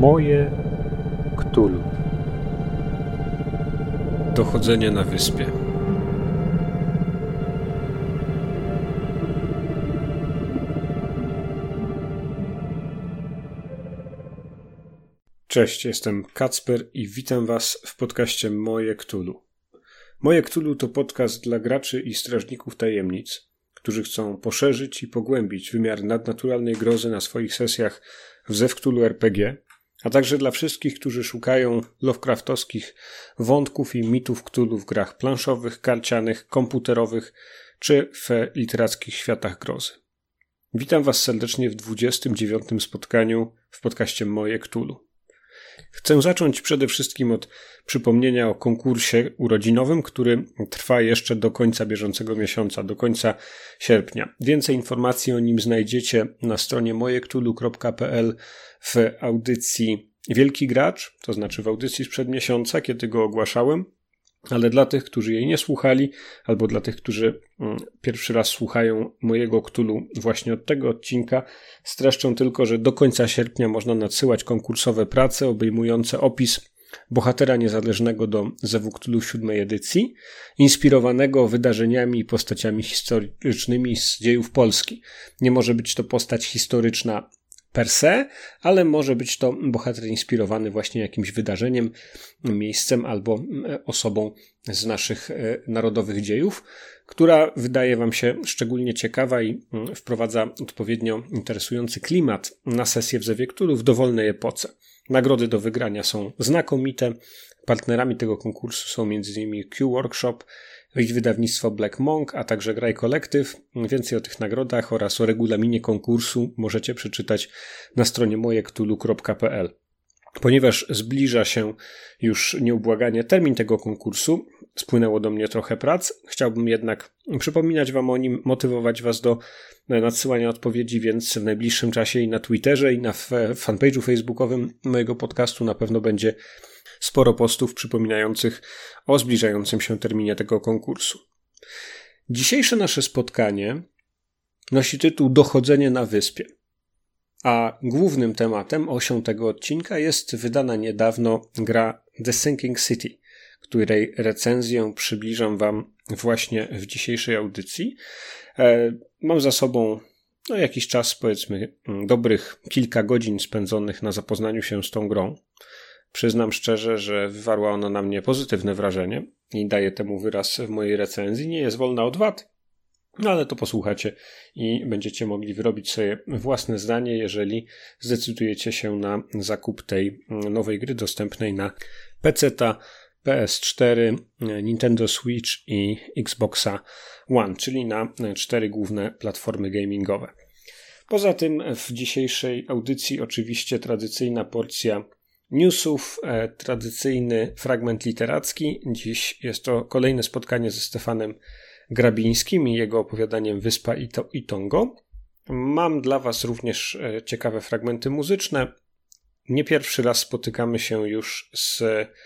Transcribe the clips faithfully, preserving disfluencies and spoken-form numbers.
Moje Cthulhu. Dochodzenie na wyspie. Cześć, jestem Kacper i witam Was w podcaście Moje Cthulhu. Moje Cthulhu to podcast dla graczy i strażników tajemnic, którzy chcą poszerzyć i pogłębić wymiar nadnaturalnej grozy na swoich sesjach w Ze Cthulhu R P G, a także dla wszystkich, którzy szukają lovecraftowskich wątków i mitów Cthulhu w grach planszowych, karcianych, komputerowych czy w literackich światach grozy. Witam Was serdecznie w dwudziestym dziewiątym spotkaniu w podcaście Moje Cthulhu. Chcę zacząć przede wszystkim od przypomnienia o konkursie urodzinowym, który trwa jeszcze do końca bieżącego miesiąca, do końca sierpnia. Więcej informacji o nim znajdziecie na stronie moje cthulhu kropka p l w audycji Wielki Gracz, to znaczy w audycji sprzed miesiąca, kiedy go ogłaszałem, ale dla tych, którzy jej nie słuchali, albo dla tych, którzy pierwszy raz słuchają mojego Cthulhu właśnie od tego odcinka, streszczę tylko, że do końca sierpnia można nadsyłać konkursowe prace obejmujące opis bohatera niezależnego do Ze Cthulhu siódmej edycji, inspirowanego wydarzeniami i postaciami historycznymi z dziejów Polski. Nie może być to postać historyczna per se, ale może być to bohater inspirowany właśnie jakimś wydarzeniem, miejscem albo osobą z naszych narodowych dziejów, która wydaje Wam się szczególnie ciekawa i wprowadza odpowiednio interesujący klimat na sesję w Zewie Cthulhu w dowolnej epoce. Nagrody do wygrania są znakomite. Partnerami tego konkursu są m.in. Q Workshop, wydawnictwo Black Monk, a także Graj Collective. Więcej o tych nagrodach oraz o regulaminie konkursu możecie przeczytać na stronie moje cthulhu kropka p l. Ponieważ zbliża się już nieubłaganie termin tego konkursu, spłynęło do mnie trochę prac, chciałbym jednak przypominać Wam o nim, motywować Was do nadsyłania odpowiedzi, więc w najbliższym czasie i na Twitterze, i na fanpage'u facebookowym mojego podcastu na pewno będzie sporo postów przypominających o zbliżającym się terminie tego konkursu. Dzisiejsze nasze spotkanie nosi tytuł Dochodzenie na wyspie, a głównym tematem, osią tego odcinka jest wydana niedawno gra The Sinking City, której recenzję przybliżam Wam właśnie w dzisiejszej audycji. Mam za sobą no, jakiś czas, powiedzmy dobrych kilka godzin spędzonych na zapoznaniu się z tą grą. Przyznam szczerze, że wywarła ona na mnie pozytywne wrażenie i daję temu wyraz w mojej recenzji. Nie jest wolna od wad, no ale to posłuchacie i będziecie mogli wyrobić sobie własne zdanie, jeżeli zdecydujecie się na zakup tej nowej gry dostępnej na peceta, P S cztery, Nintendo Switch i Xboxa One, czyli na cztery główne platformy gamingowe. Poza tym w dzisiejszej audycji oczywiście tradycyjna porcja newsów, e, tradycyjny fragment literacki. Dziś jest to kolejne spotkanie ze Stefanem Grabińskim i jego opowiadaniem Wyspa i, to, i Tongo. Mam dla Was również e, ciekawe fragmenty muzyczne. Nie pierwszy raz spotykamy się już z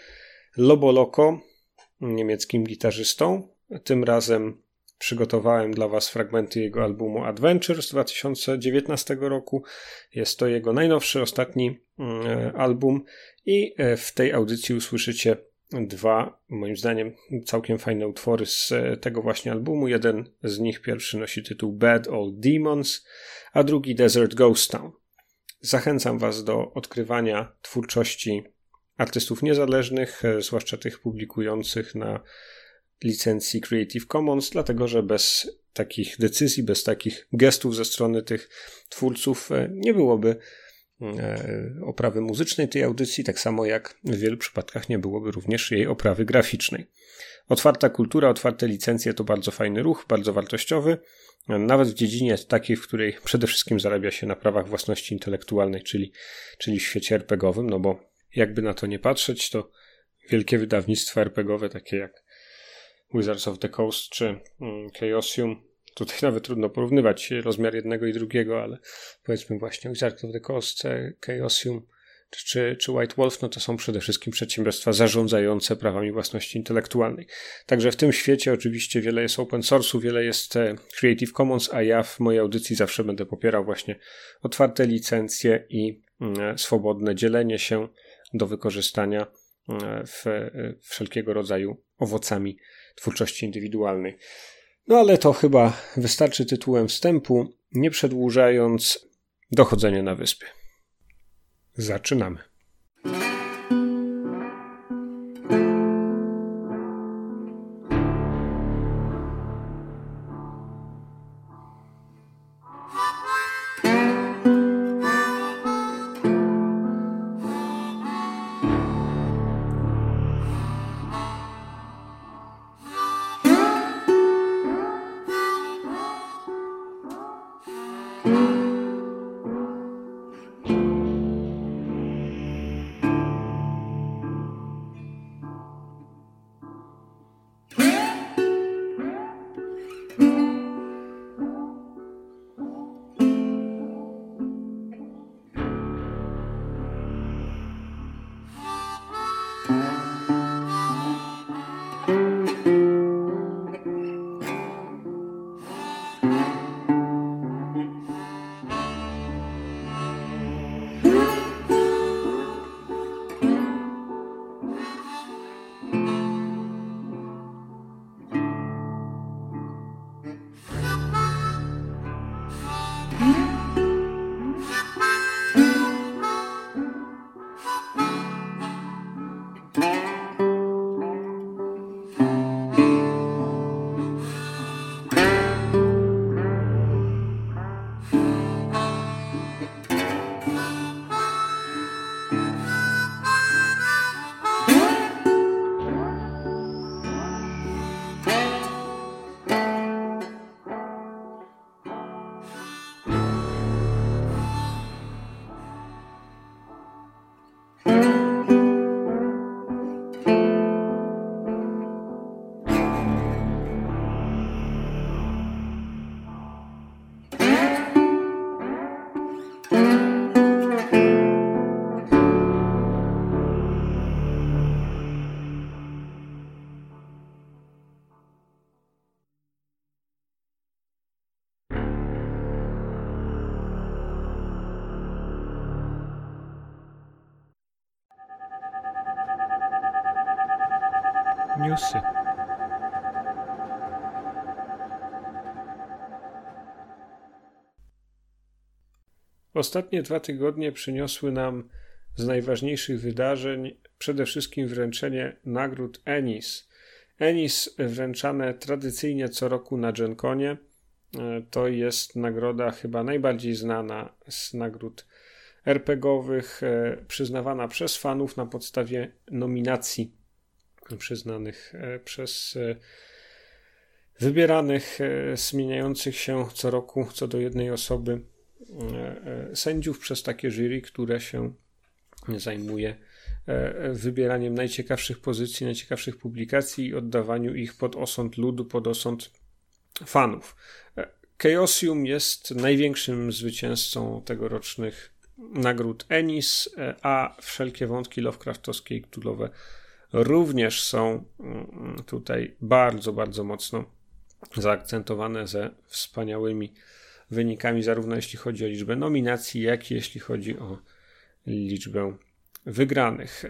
Lobo Loco, niemieckim gitarzystą. Tym razem przygotowałem dla Was fragmenty jego albumu Adventure z dwa tysiące dziewiętnastego roku. Jest to jego najnowszy, ostatni e, album i e, w tej audycji usłyszycie dwa, moim zdaniem, całkiem fajne utwory z e, tego właśnie albumu. Jeden z nich, pierwszy, nosi tytuł Bad Old Demons, a drugi Desert Ghost Town. Zachęcam Was do odkrywania twórczości artystów niezależnych, e, zwłaszcza tych publikujących na licencji Creative Commons, dlatego że bez takich decyzji, bez takich gestów ze strony tych twórców nie byłoby oprawy muzycznej tej audycji, tak samo jak w wielu przypadkach nie byłoby również jej oprawy graficznej. Otwarta kultura, otwarte licencje to bardzo fajny ruch, bardzo wartościowy, nawet w dziedzinie takiej, w której przede wszystkim zarabia się na prawach własności intelektualnej, czyli, czyli w świecie er pe gie owym, no bo jakby na to nie patrzeć, to wielkie wydawnictwa er pe gie owe, takie jak Wizards of the Coast czy Chaosium. Tutaj nawet trudno porównywać rozmiar jednego i drugiego, ale powiedzmy właśnie Wizards of the Coast, Chaosium czy, czy White Wolf, no to są przede wszystkim przedsiębiorstwa zarządzające prawami własności intelektualnej. Także w tym świecie oczywiście wiele jest open source'u, wiele jest Creative Commons, a ja w mojej audycji zawsze będę popierał właśnie otwarte licencje i swobodne dzielenie się do wykorzystania w wszelkiego rodzaju owocami twórczości indywidualnej. No ale to chyba wystarczy tytułem wstępu, nie przedłużając dochodzenie na wyspie. Zaczynamy. Newsy. Ostatnie dwa tygodnie przyniosły nam z najważniejszych wydarzeń przede wszystkim wręczenie nagród Ennis. Ennis wręczane tradycyjnie co roku na Gen Conie. To jest nagroda chyba najbardziej znana z nagród er pe gie owych, przyznawana przez fanów na podstawie nominacji przyznanych przez wybieranych, zmieniających się co roku co do jednej osoby sędziów przez takie jury, które się zajmuje wybieraniem najciekawszych pozycji, najciekawszych publikacji i oddawaniu ich pod osąd ludu, pod osąd fanów. Chaosium jest największym zwycięzcą tegorocznych nagród Ennis, a wszelkie wątki lovecraftowskie i cthulhuowe również są tutaj bardzo, bardzo mocno zaakcentowane ze wspaniałymi wynikami, zarówno jeśli chodzi o liczbę nominacji, jak i jeśli chodzi o liczbę wygranych.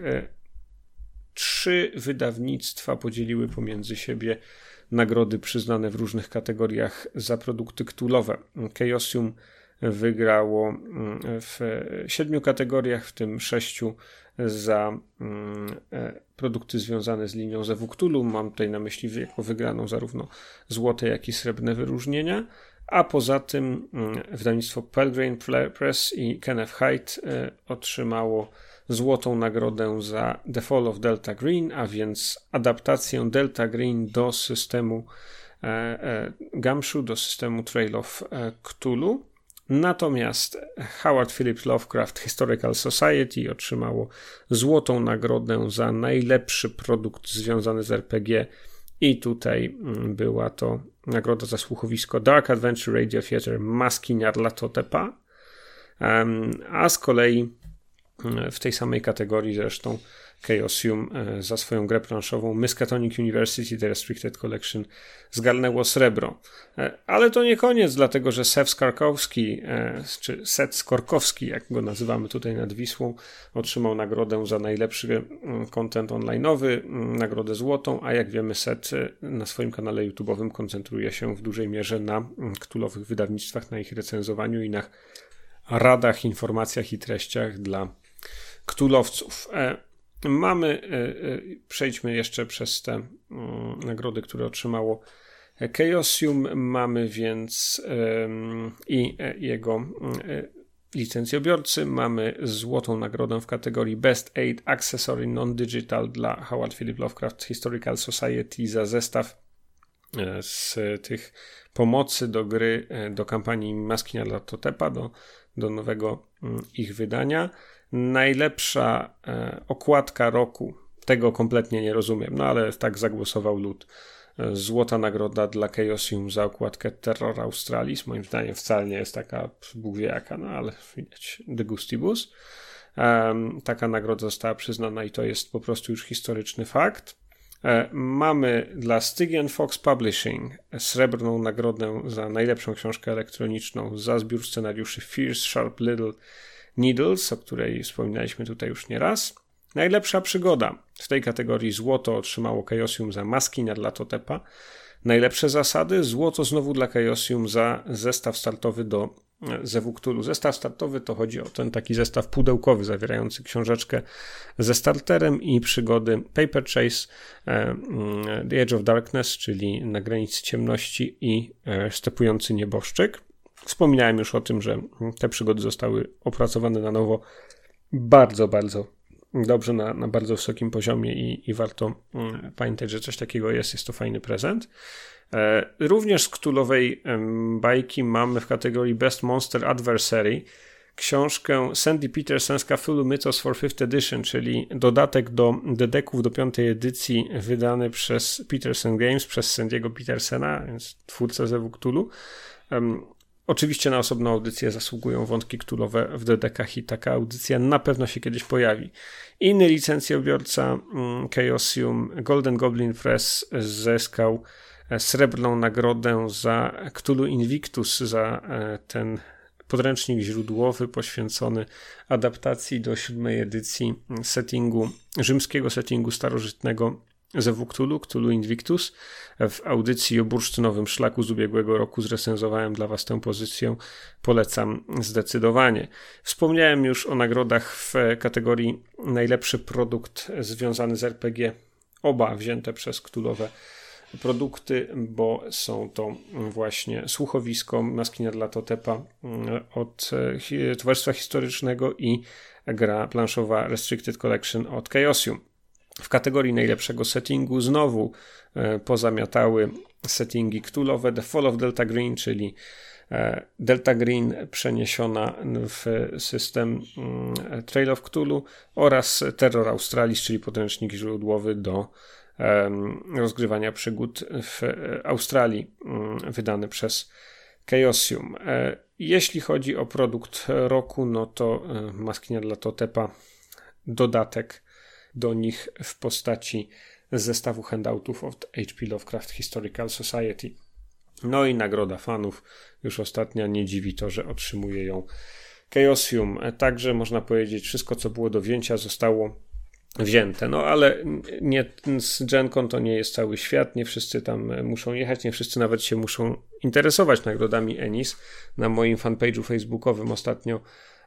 Trzy wydawnictwa podzieliły pomiędzy siebie nagrody przyznane w różnych kategoriach za produkty cthulhuowe. Chaosium wygrało w siedmiu kategoriach, w tym sześciu za produkty związane z linią Zewu Cthulhu. Mam tutaj na myśli jako wygraną zarówno złote, jak i srebrne wyróżnienia. A poza tym wydawnictwo Pelgrane Press i Kenneth Haidt otrzymało złotą nagrodę za The Fall of Delta Green, a więc adaptację Delta Green do systemu Gumshoe, do systemu Trail of Cthulhu. Natomiast Howard Phillips Lovecraft Historical Society otrzymało złotą nagrodę za najlepszy produkt związany z er pe gie i tutaj była to nagroda za słuchowisko Dark Adventure Radio Theatre Maski Nyarlathotepa, a z kolei w tej samej kategorii zresztą Chaosium za swoją grę planszową Miskatonic University The Restricted Collection zgarnęło srebro. Ale to nie koniec, dlatego że Seth Skarkowski, czy Seth Skorkowski, jak go nazywamy tutaj nad Wisłą, otrzymał nagrodę za najlepszy content online'owy, nagrodę złotą, a jak wiemy Seth na swoim kanale YouTube'owym koncentruje się w dużej mierze na cthulhowych wydawnictwach, na ich recenzowaniu i na radach, informacjach i treściach dla cthulhowców. Mamy, przejdźmy jeszcze przez te nagrody, które otrzymało Chaosium. Mamy więc i jego licencjobiorcy. Mamy złotą nagrodę w kategorii Best Aid Accessory Non-Digital dla Howard Philip Lovecraft Historical Society za zestaw z tych pomocy do gry, do kampanii Maski Nyarlathotepa, do, do nowego ich wydania. Najlepsza e, okładka roku, tego kompletnie nie rozumiem, no ale tak zagłosował lud. E, złota nagroda dla Chaosium za okładkę Terror Australis, moim zdaniem wcale nie jest taka Bóg wie jaka, no ale widać de gustibus. E, taka nagroda została przyznana i to jest po prostu już historyczny fakt. E, mamy dla Stygian Fox Publishing srebrną nagrodę za najlepszą książkę elektroniczną za zbiór scenariuszy Fierce Sharp Little Needles, o której wspominaliśmy tutaj już nieraz. Najlepsza przygoda. W tej kategorii złoto otrzymało Chaosium za Maski Nyarlathotepa. Najlepsze zasady. Złoto znowu dla Chaosium za zestaw startowy do ze W Cthulhu. Zestaw startowy to chodzi o ten taki zestaw pudełkowy zawierający książeczkę ze starterem i przygody Paper Chase, The Edge of Darkness, czyli Na granicy ciemności i Stepujący nieboszczyk. Wspominałem już o tym, że te przygody zostały opracowane na nowo bardzo, bardzo dobrze, na, na bardzo wysokim poziomie i, i warto mm, pamiętać, że coś takiego jest, jest to fajny prezent. E, również z cthulhowej em, bajki mamy w kategorii Best Monster Adversary książkę Sandy Petersen's Cthulhu Mythos for fifth Edition, czyli dodatek do dedeków do piątej edycji wydany przez Petersen Games, przez Sandy'ego Petersena, więc twórcę ze W Cthulhu. Um, Oczywiście na osobną audycję zasługują wątki cthulhowe w dedekach i taka audycja na pewno się kiedyś pojawi. Inny licencjobiorca Chaosium, Golden Goblin Press, zyskał srebrną nagrodę za Cthulhu Invictus, za ten podręcznik źródłowy poświęcony adaptacji do siódmej edycji settingu, rzymskiego settingu starożytnego ze W Cthulhu, Cthulhu Invictus. W audycji o bursztynowym szlaku z ubiegłego roku zrecenzowałem dla Was tę pozycję. Polecam zdecydowanie. Wspomniałem już o nagrodach w kategorii najlepszy produkt związany z R P G. Oba wzięte przez cthulhowe produkty, bo są to właśnie słuchowisko Maski Nyarlathotepa od Towarzystwa Historycznego i gra planszowa Restricted Collection od Chaosium. W kategorii najlepszego settingu znowu e, pozamiatały settingi cthulhowe The Fall of Delta Green, czyli e, Delta Green przeniesiona w system mm, Trail of Cthulhu oraz Terror Australis, czyli podręcznik źródłowy do e, rozgrywania przygód w Australii, mm, wydany przez Chaosium. E, jeśli chodzi o produkt roku, no to e, Maski Nyarlathotepa, dodatek do nich w postaci zestawu handoutów od H P Lovecraft Historical Society. No i nagroda fanów, już ostatnia, nie dziwi to, że otrzymuje ją Chaosium. Także można powiedzieć, wszystko co było do wzięcia zostało wzięte. No ale nie, z Gen Con to nie jest cały świat, nie wszyscy tam muszą jechać, nie wszyscy nawet się muszą interesować nagrodami Ennis. Na moim fanpage'u facebookowym ostatnio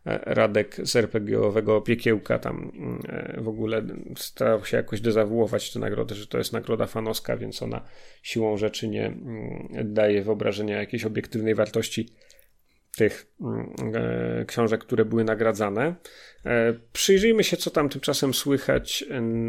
Radek z er pe gie owego Piekiełka tam w ogóle starał się jakoś dezawuować tę nagrodę, że to jest nagroda fanowska, więc ona siłą rzeczy nie daje wyobrażenia jakiejś obiektywnej wartości tych książek, które były nagradzane. Przyjrzyjmy się, co tam tymczasem słychać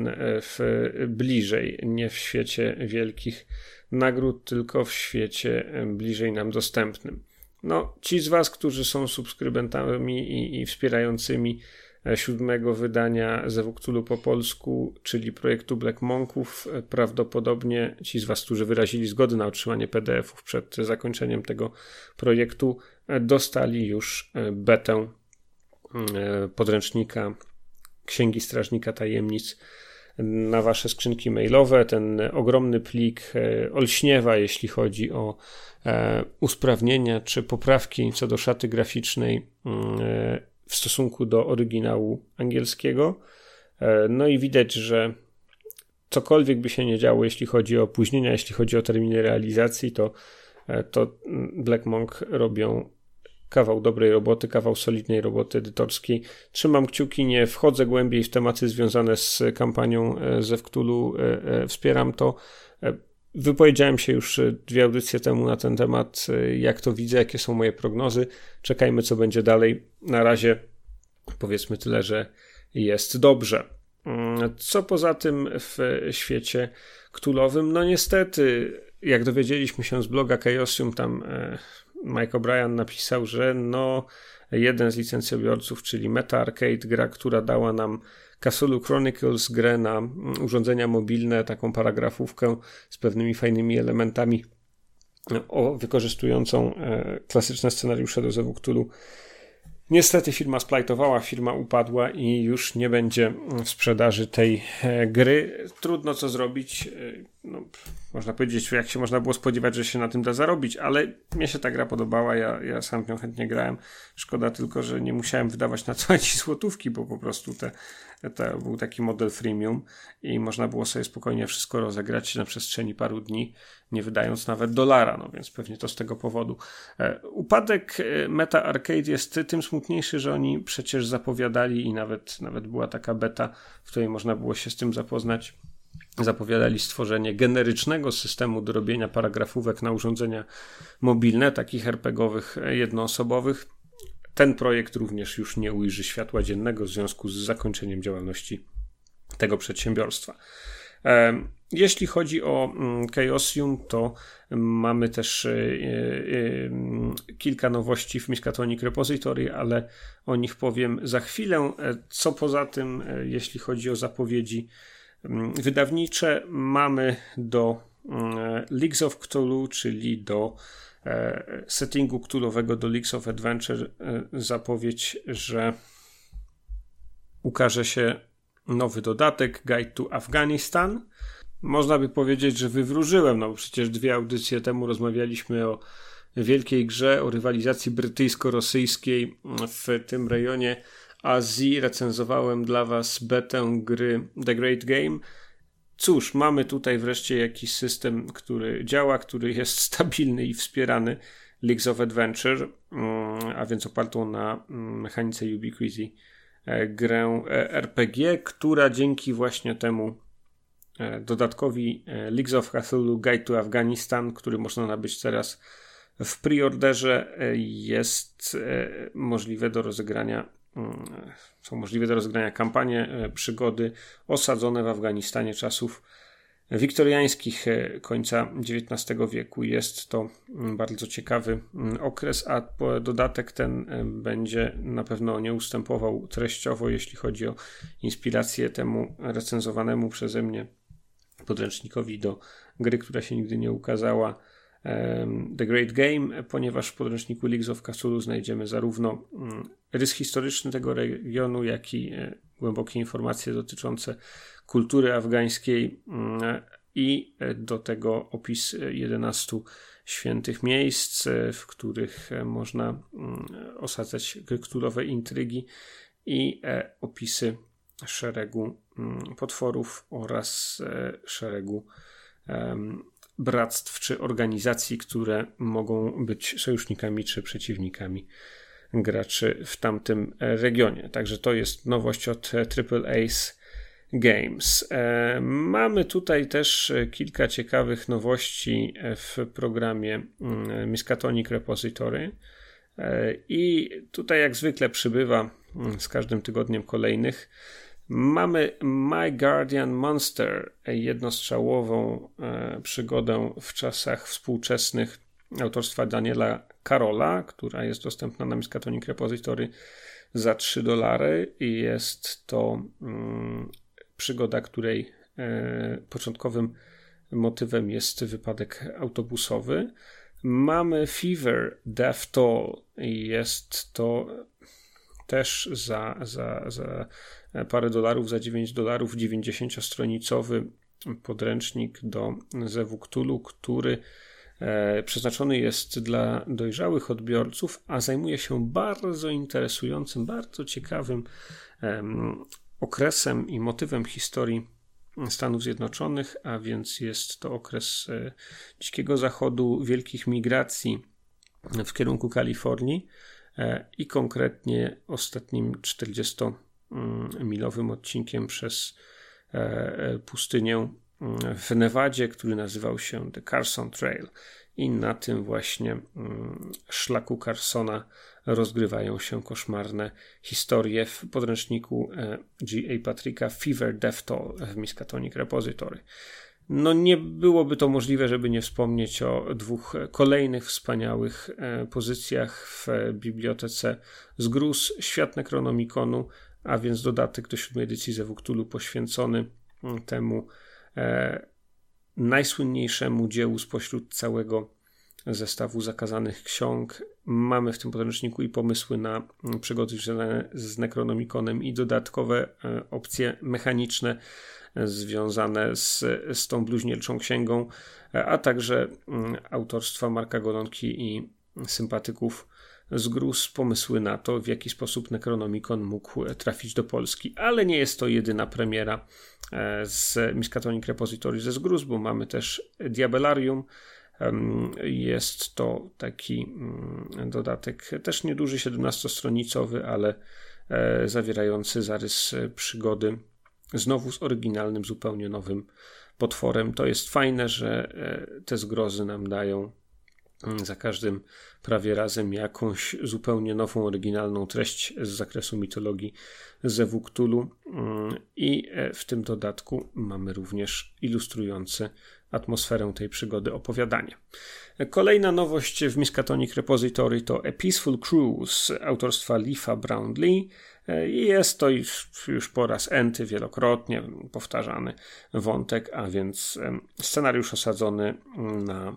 w bliżej, nie w świecie wielkich nagród, tylko w świecie bliżej nam dostępnym. No, ci z Was, którzy są subskrybentami i, i wspierającymi siódmego wydania ze W Cthulhu po polsku, czyli projektu Black Monków, prawdopodobnie ci z Was, którzy wyrazili zgodę na otrzymanie P D F ów przed zakończeniem tego projektu, dostali już betę podręcznika Księgi Strażnika Tajemnic na wasze skrzynki mailowe. Ten ogromny plik olśniewa, jeśli chodzi o usprawnienia czy poprawki co do szaty graficznej w stosunku do oryginału angielskiego. No i widać, że cokolwiek by się nie działo, jeśli chodzi o opóźnienia, jeśli chodzi o terminy realizacji, to, to Black Monk robią kawał dobrej roboty, kawał solidnej roboty edytorskiej. Trzymam kciuki, nie wchodzę głębiej w tematy związane z kampanią Ze Cthulhu, wspieram to. Wypowiedziałem się już dwie audycje temu na ten temat, jak to widzę, jakie są moje prognozy. Czekajmy, co będzie dalej. Na razie powiedzmy tyle, że jest dobrze. Co poza tym w świecie Cthulhowym? No niestety, jak dowiedzieliśmy się z bloga Chaosium, tam Mike O'Brien napisał, że no jeden z licencjobiorców, czyli Meta Arcade, gra, która dała nam Cthulhu Chronicles, grę na urządzenia mobilne, taką paragrafówkę z pewnymi fajnymi elementami o, wykorzystującą e, klasyczne scenariusze do Zewu Cthulhu. Niestety firma splajtowała, firma upadła i już nie będzie w sprzedaży tej e, gry. Trudno co zrobić. E, no, można powiedzieć, jak się można było spodziewać, że się na tym da zarobić, ale mnie się ta gra podobała, ja, ja sam w nią chętnie grałem. Szkoda tylko, że nie musiałem wydawać na to ani złotówki, bo po prostu te, to był taki model freemium i można było sobie spokojnie wszystko rozegrać na przestrzeni paru dni, nie wydając nawet dolara, no więc pewnie to z tego powodu. E, upadek Meta Arcade jest tym smutniejszy, że oni przecież zapowiadali i nawet, nawet była taka beta, w której można było się z tym zapoznać. Zapowiadali stworzenie generycznego systemu do robienia paragrafówek na urządzenia mobilne, takich er pe gie owych jednoosobowych. Ten projekt również już nie ujrzy światła dziennego w związku z zakończeniem działalności tego przedsiębiorstwa. Jeśli chodzi o Chaosium, to mamy też kilka nowości w Miskatonic Repository, ale o nich powiem za chwilę. Co poza tym, jeśli chodzi o zapowiedzi wydawnicze, mamy do Leagues of Cthulhu, czyli do settingu Cthulhowego, do Leagues of Adventure, zapowiedź, że ukaże się nowy dodatek Guide to Afghanistan. Można by powiedzieć, że wywróżyłem, no bo przecież dwie audycje temu rozmawialiśmy o wielkiej grze, o rywalizacji brytyjsko-rosyjskiej w tym rejonie Azji. Recenzowałem dla was betę gry The Great Game. Cóż, mamy tutaj wreszcie jakiś system, który działa, który jest stabilny i wspierany. Leagues of Adventure, a więc opartą na mechanice Ubiquity grę er pe gie, która dzięki właśnie temu dodatkowi Leagues of Cthulhu Guide to Afghanistan, który można nabyć teraz w preorderze, jest możliwe do rozegrania są możliwe do rozegrania kampanie, przygody osadzone w Afganistanie czasów wiktoriańskich końca dziewiętnastego wieku. Jest to bardzo ciekawy okres, a dodatek ten będzie na pewno nie ustępował treściowo, jeśli chodzi o inspirację temu recenzowanemu przeze mnie podręcznikowi do gry, która się nigdy nie ukazała, The Great Game, ponieważ w podręczniku Leagues of Cthulhu znajdziemy zarówno rys historyczny tego regionu, jak i głębokie informacje dotyczące kultury afgańskiej i do tego opis jedenastu świętych miejsc, w których można osadzać cthulhowe intrygi i opisy szeregu potworów oraz szeregu bractw czy organizacji, które mogą być sojusznikami czy przeciwnikami graczy w tamtym regionie. Także to jest nowość od Triple Ace Games. E, mamy tutaj też kilka ciekawych nowości w programie Miskatonic Repository e, i tutaj jak zwykle przybywa z każdym tygodniem kolejnych. Mamy My Guardian Monster, jednostrzałową e, przygodę w czasach współczesnych autorstwa Daniela Karola, która jest dostępna na Miskatonic Repository za trzy dolary i jest to mm, przygoda, której e, początkowym motywem jest wypadek autobusowy. Mamy Fever, Death Toll i jest to też za, za, za parę dolarów, za dziewięć dolarów, dziewięćdziesięciostronicowy podręcznik do Zewu Cthulhu, który e, przeznaczony jest dla dojrzałych odbiorców, a zajmuje się bardzo interesującym, bardzo ciekawym e, okresem i motywem historii Stanów Zjednoczonych, a więc jest to okres e, Dzikiego Zachodu, wielkich migracji w kierunku Kalifornii e, i konkretnie ostatnim czterdziestomilowym odcinkiem przez e, pustynię w Nevadzie, który nazywał się The Carson Trail. I na tym właśnie mm, szlaku Carsona rozgrywają się koszmarne historie w podręczniku e, G A Patricka Fever Death Toll w Miskatonic Repository. No nie byłoby to możliwe, żeby nie wspomnieć o dwóch kolejnych wspaniałych e, pozycjach w bibliotece Zgróz, Świat Necronomiconu, a więc dodatek do siódmej edycji Zewu Cthulhu poświęcony temu e, najsłynniejszemu dziełu spośród całego zestawu zakazanych ksiąg. Mamy w tym podręczniku i pomysły na przygody związane z Necronomiconem i dodatkowe e, opcje mechaniczne związane z, z tą bluźnierczą księgą, a także mm, autorstwa Marka Golonki i sympatyków Zgróz pomysły na to, w jaki sposób Necronomicon mógł trafić do Polski. Ale nie jest to jedyna premiera z Miskatonic Repository ze Zgróz, bo mamy też Diabellarium. Jest to taki dodatek też nieduży, siedemnastostronicowy, ale zawierający zarys przygody znowu z oryginalnym, zupełnie nowym potworem. To jest fajne, że te zgrozy nam dają za każdym prawie razem jakąś zupełnie nową, oryginalną treść z zakresu mitologii Zewu Cthulhu i w tym dodatku mamy również ilustrujące atmosferę tej przygody opowiadanie. Kolejna nowość w Miskatonic Repository to A Peaceful Cruise autorstwa Leafa Brownlee. Jest to już, już po raz enty wielokrotnie powtarzany wątek, a więc scenariusz osadzony na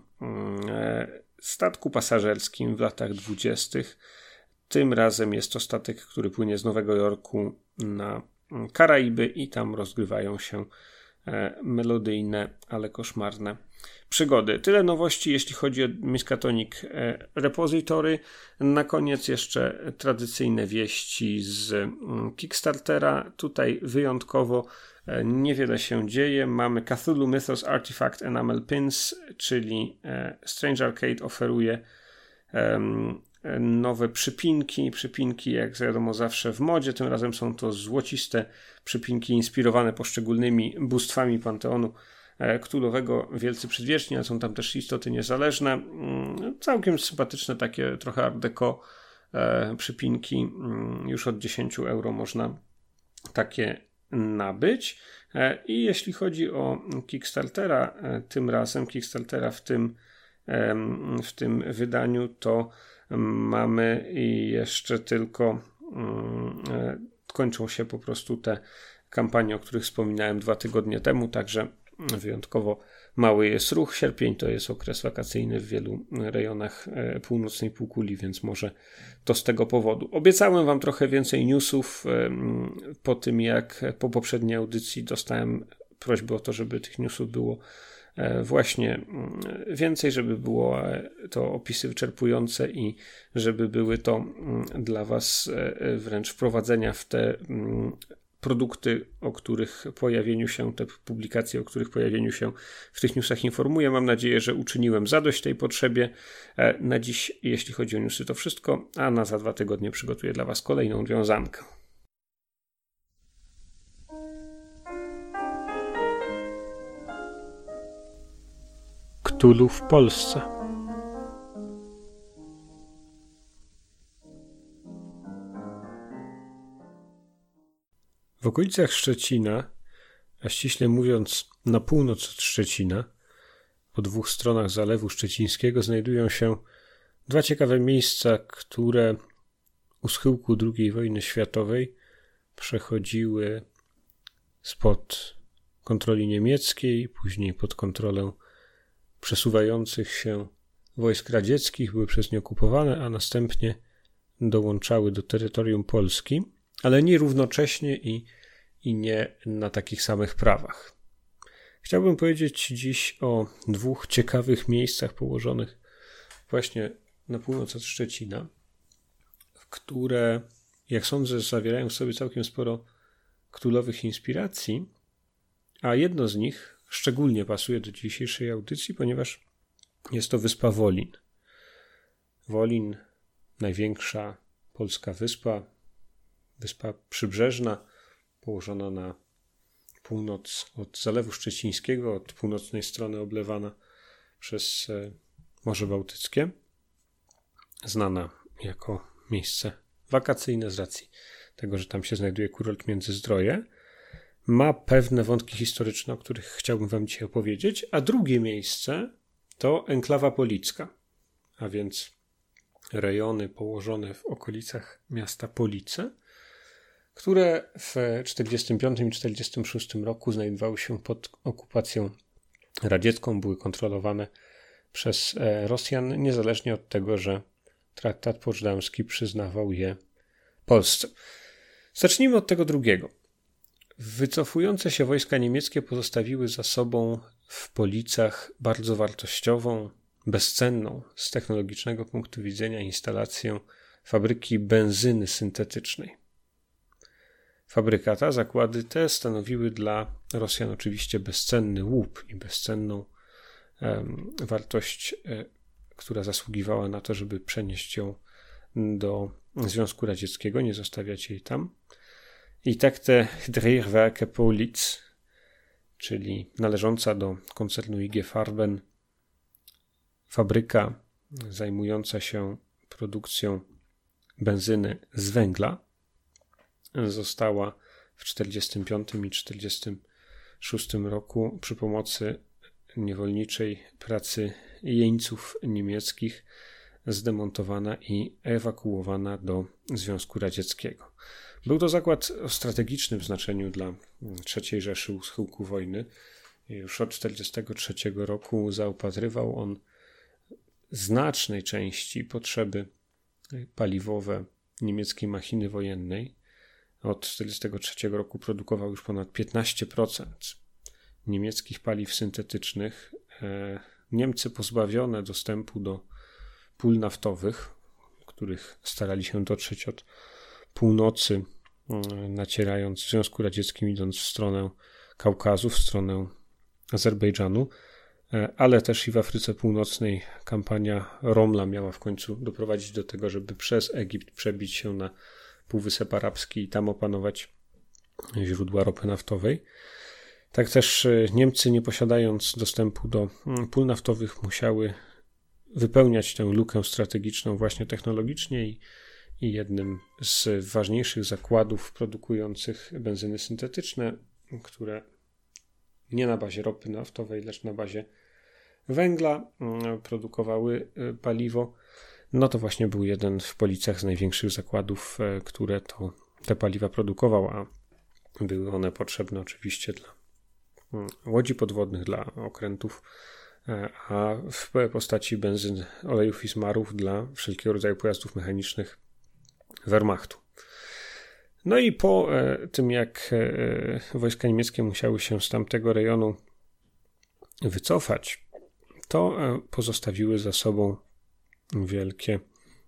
statku pasażerskim w latach dwudziestych. Tym razem jest to statek, który płynie z Nowego Jorku na Karaiby i tam rozgrywają się melodyjne, ale koszmarne przygody. Tyle nowości, jeśli chodzi o Miskatonic Repository. Na koniec jeszcze tradycyjne wieści z Kickstartera. Tutaj wyjątkowo niewiele się dzieje. Mamy Cthulhu Mythos Artifact Enamel Pins, czyli Strange Arcade oferuje um, nowe przypinki. Przypinki, jak wiadomo, zawsze w modzie. Tym razem są to złociste przypinki inspirowane poszczególnymi bóstwami Panteonu Cthulhuowego. Wielcy Przedwieczni, ale są tam też istoty niezależne. Całkiem sympatyczne, takie trochę art deco przypinki. Już od dziesięć euro można takie nabyć. I jeśli chodzi o Kickstartera, tym razem Kickstartera w tym, w tym wydaniu, to mamy jeszcze tylko kończą się po prostu te kampanie, o których wspominałem dwa tygodnie temu, także wyjątkowo mały jest ruch. Sierpień to jest okres wakacyjny w wielu rejonach północnej półkuli, więc może to z tego powodu. Obiecałem wam trochę więcej newsów po tym, jak po poprzedniej audycji dostałem prośbę o to, żeby tych newsów było właśnie więcej, żeby było to opisy wyczerpujące i żeby były to dla was wręcz wprowadzenia w te produkty, o których pojawieniu się, te publikacje, o których pojawieniu się w tych newsach informuję. Mam nadzieję, że uczyniłem zadość tej potrzebie. Na dziś, jeśli chodzi o newsy, to wszystko, a na za dwa tygodnie przygotuję dla was kolejną wiązankę. Cthulhu w Polsce. W okolicach Szczecina, a ściśle mówiąc na północ od Szczecina, po dwóch stronach Zalewu Szczecińskiego znajdują się dwa ciekawe miejsca, które u schyłku drugiej wojny światowej przechodziły spod kontroli niemieckiej, później pod kontrolę przesuwających się wojsk radzieckich, były przez nie okupowane, a następnie dołączały do terytorium Polski, ale nie równocześnie i, i nie na takich samych prawach. Chciałbym powiedzieć dziś o dwóch ciekawych miejscach położonych właśnie na północ od Szczecina, które, jak sądzę, zawierają w sobie całkiem sporo królowych inspiracji, a jedno z nich szczególnie pasuje do dzisiejszej audycji, ponieważ jest to wyspa Wolin. Wolin, największa polska wyspa, wyspa przybrzeżna, położona na północ od Zalewu Szczecińskiego, od północnej strony oblewana przez Morze Bałtyckie, znana jako miejsce wakacyjne z racji tego, że tam się znajduje kurort Międzyzdroje, ma pewne wątki historyczne, o których chciałbym wam dzisiaj opowiedzieć, a drugie miejsce to enklawa policka, a więc rejony położone w okolicach miasta Police, które w czterdziestym piątym i czterdziestym szóstym roku znajdowały się pod okupacją radziecką, były kontrolowane przez Rosjan, niezależnie od tego, że traktat poczdamski przyznawał je Polsce. Zacznijmy od tego drugiego. Wycofujące się wojska niemieckie pozostawiły za sobą w Policach bardzo wartościową, bezcenną z technologicznego punktu widzenia instalację fabryki benzyny syntetycznej. Fabryka ta, zakłady te stanowiły dla Rosjan oczywiście bezcenny łup i bezcenną um, wartość, e, która zasługiwała na to, żeby przenieść ją do Związku Radzieckiego, nie zostawiać jej tam. I tak te Hydrierwerke Police, czyli należąca do koncernu I G Farben, fabryka zajmująca się produkcją benzyny z węgla, została w czterdziestym piątym i czterdziestym szóstym roku przy pomocy niewolniczej pracy jeńców niemieckich zdemontowana i ewakuowana do Związku Radzieckiego. Był to zakład o strategicznym znaczeniu dla trzeciej Rzeszy u schyłku wojny. Już od czterdziestego trzeciego roku zaopatrywał on znacznej części potrzeby paliwowe niemieckiej machiny wojennej. Od czterdziestego trzeciego roku produkował już ponad piętnaście procent niemieckich paliw syntetycznych. Niemcy pozbawione dostępu do pól naftowych, których starali się dotrzeć od północy, nacierając w Związku Radzieckim, idąc w stronę Kaukazu, w stronę Azerbejdżanu, ale też i w Afryce Północnej kampania Romla miała w końcu doprowadzić do tego, żeby przez Egipt przebić się na Półwysep Arabski i tam opanować źródła ropy naftowej. Tak też Niemcy, nie posiadając dostępu do pól naftowych, musiały wypełniać tę lukę strategiczną właśnie technologicznie i, i jednym z ważniejszych zakładów produkujących benzyny syntetyczne, które nie na bazie ropy naftowej, lecz na bazie węgla produkowały paliwo, no to właśnie był jeden w Policach z największych zakładów, które to te paliwa produkował, a były one potrzebne oczywiście dla łodzi podwodnych, dla okrętów, a w postaci benzyn, olejów i smarów dla wszelkiego rodzaju pojazdów mechanicznych Wehrmachtu. No i po tym, jak wojska niemieckie musiały się z tamtego rejonu wycofać, to pozostawiły za sobą wielkie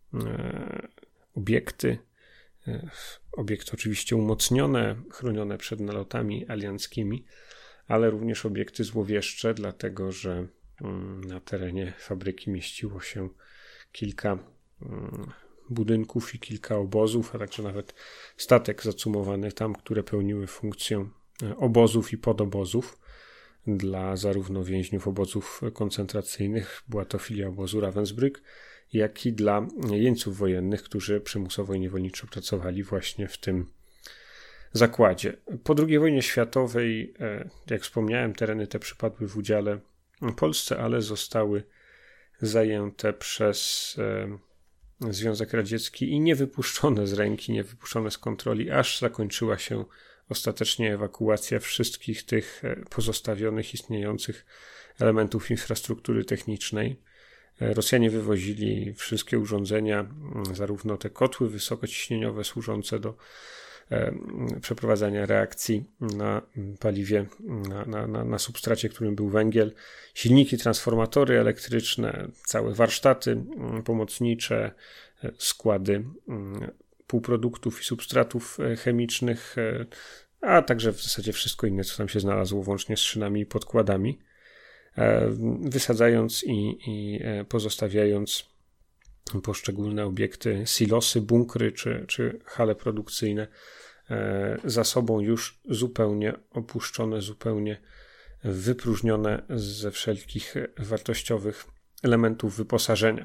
obiekty, obiekty oczywiście umocnione, chronione przed nalotami alianckimi, ale również obiekty złowieszcze, dlatego że na terenie fabryki mieściło się kilka budynków i kilka obozów, a także nawet statek zacumowany tam, które pełniły funkcję obozów i podobozów dla zarówno więźniów obozów koncentracyjnych, była to filia obozu Ravensbrück, jak i dla jeńców wojennych, którzy przymusowo i niewolniczo pracowali właśnie w tym zakładzie. Po drugiej wojnie światowej, jak wspomniałem, tereny te przypadły w udziale Polsce, ale zostały zajęte przez Związek Radziecki i nie wypuszczone z ręki, nie wypuszczone z kontroli, aż zakończyła się ostatecznie ewakuacja wszystkich tych pozostawionych, istniejących elementów infrastruktury technicznej. Rosjanie wywozili wszystkie urządzenia, zarówno te kotły wysokociśnieniowe służące do przeprowadzania reakcji na paliwie, na, na, na, na substracie, którym był węgiel, silniki, transformatory elektryczne, całe warsztaty pomocnicze, składy półproduktów i substratów chemicznych, a także w zasadzie wszystko inne, co tam się znalazło, włącznie z szynami i podkładami, wysadzając i, i pozostawiając poszczególne obiekty, silosy, bunkry czy, czy hale produkcyjne za sobą już zupełnie opuszczone, zupełnie wypróżnione ze wszelkich wartościowych elementów wyposażenia.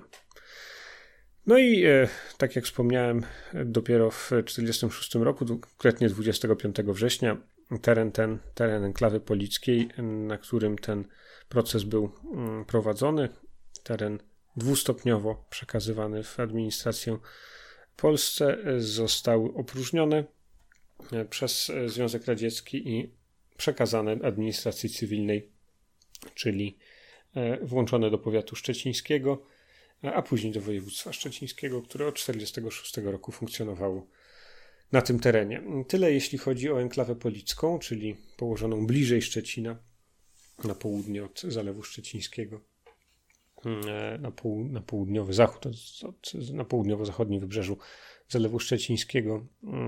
No i tak jak wspomniałem, dopiero w tysiąc dziewięćset czterdziestym szóstym roku, konkretnie dwudziestego piątego września, teren ten, teren enklawy polickiej, na którym ten proces był prowadzony, teren dwustopniowo przekazywany w administrację Polsce, zostały opróżnione przez Związek Radziecki i przekazane administracji cywilnej, czyli włączone do powiatu szczecińskiego, a później do województwa szczecińskiego, które od tysiąc dziewięćset czterdziestego szóstego roku funkcjonowało na tym terenie. Tyle jeśli chodzi o enklawę policką, czyli położoną bliżej Szczecina, na południe od Zalewu Szczecińskiego, na, poł- na południowy zachód, od, na południowo-zachodnim wybrzeżu Zalewu Szczecińskiego,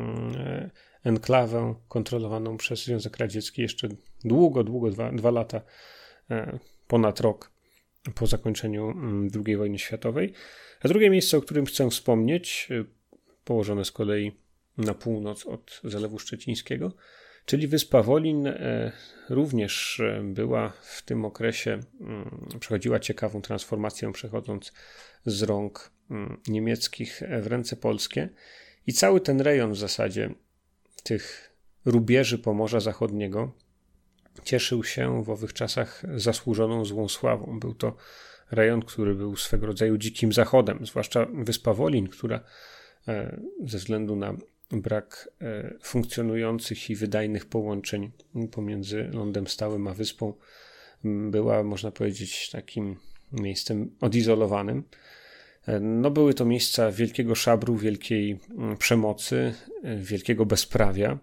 enklawę kontrolowaną przez Związek Radziecki jeszcze długo, długo, dwa, dwa lata, ponad rok po zakończeniu drugiej wojny światowej. A drugie miejsce, o którym chcę wspomnieć, położone z kolei na północ od Zalewu Szczecińskiego, czyli wyspa Wolin, również była w tym okresie, przechodziła ciekawą transformację, przechodząc z rąk niemieckich w ręce polskie. I cały ten rejon w zasadzie tych rubieży Pomorza Zachodniego cieszył się w owych czasach zasłużoną złą sławą. Był to rejon, który był swego rodzaju dzikim zachodem, zwłaszcza wyspa Wolin, która ze względu na brak funkcjonujących i wydajnych połączeń pomiędzy lądem stałym a wyspą była, można powiedzieć, takim miejscem odizolowanym. No, były to miejsca wielkiego szabru, wielkiej przemocy, wielkiego bezprawia,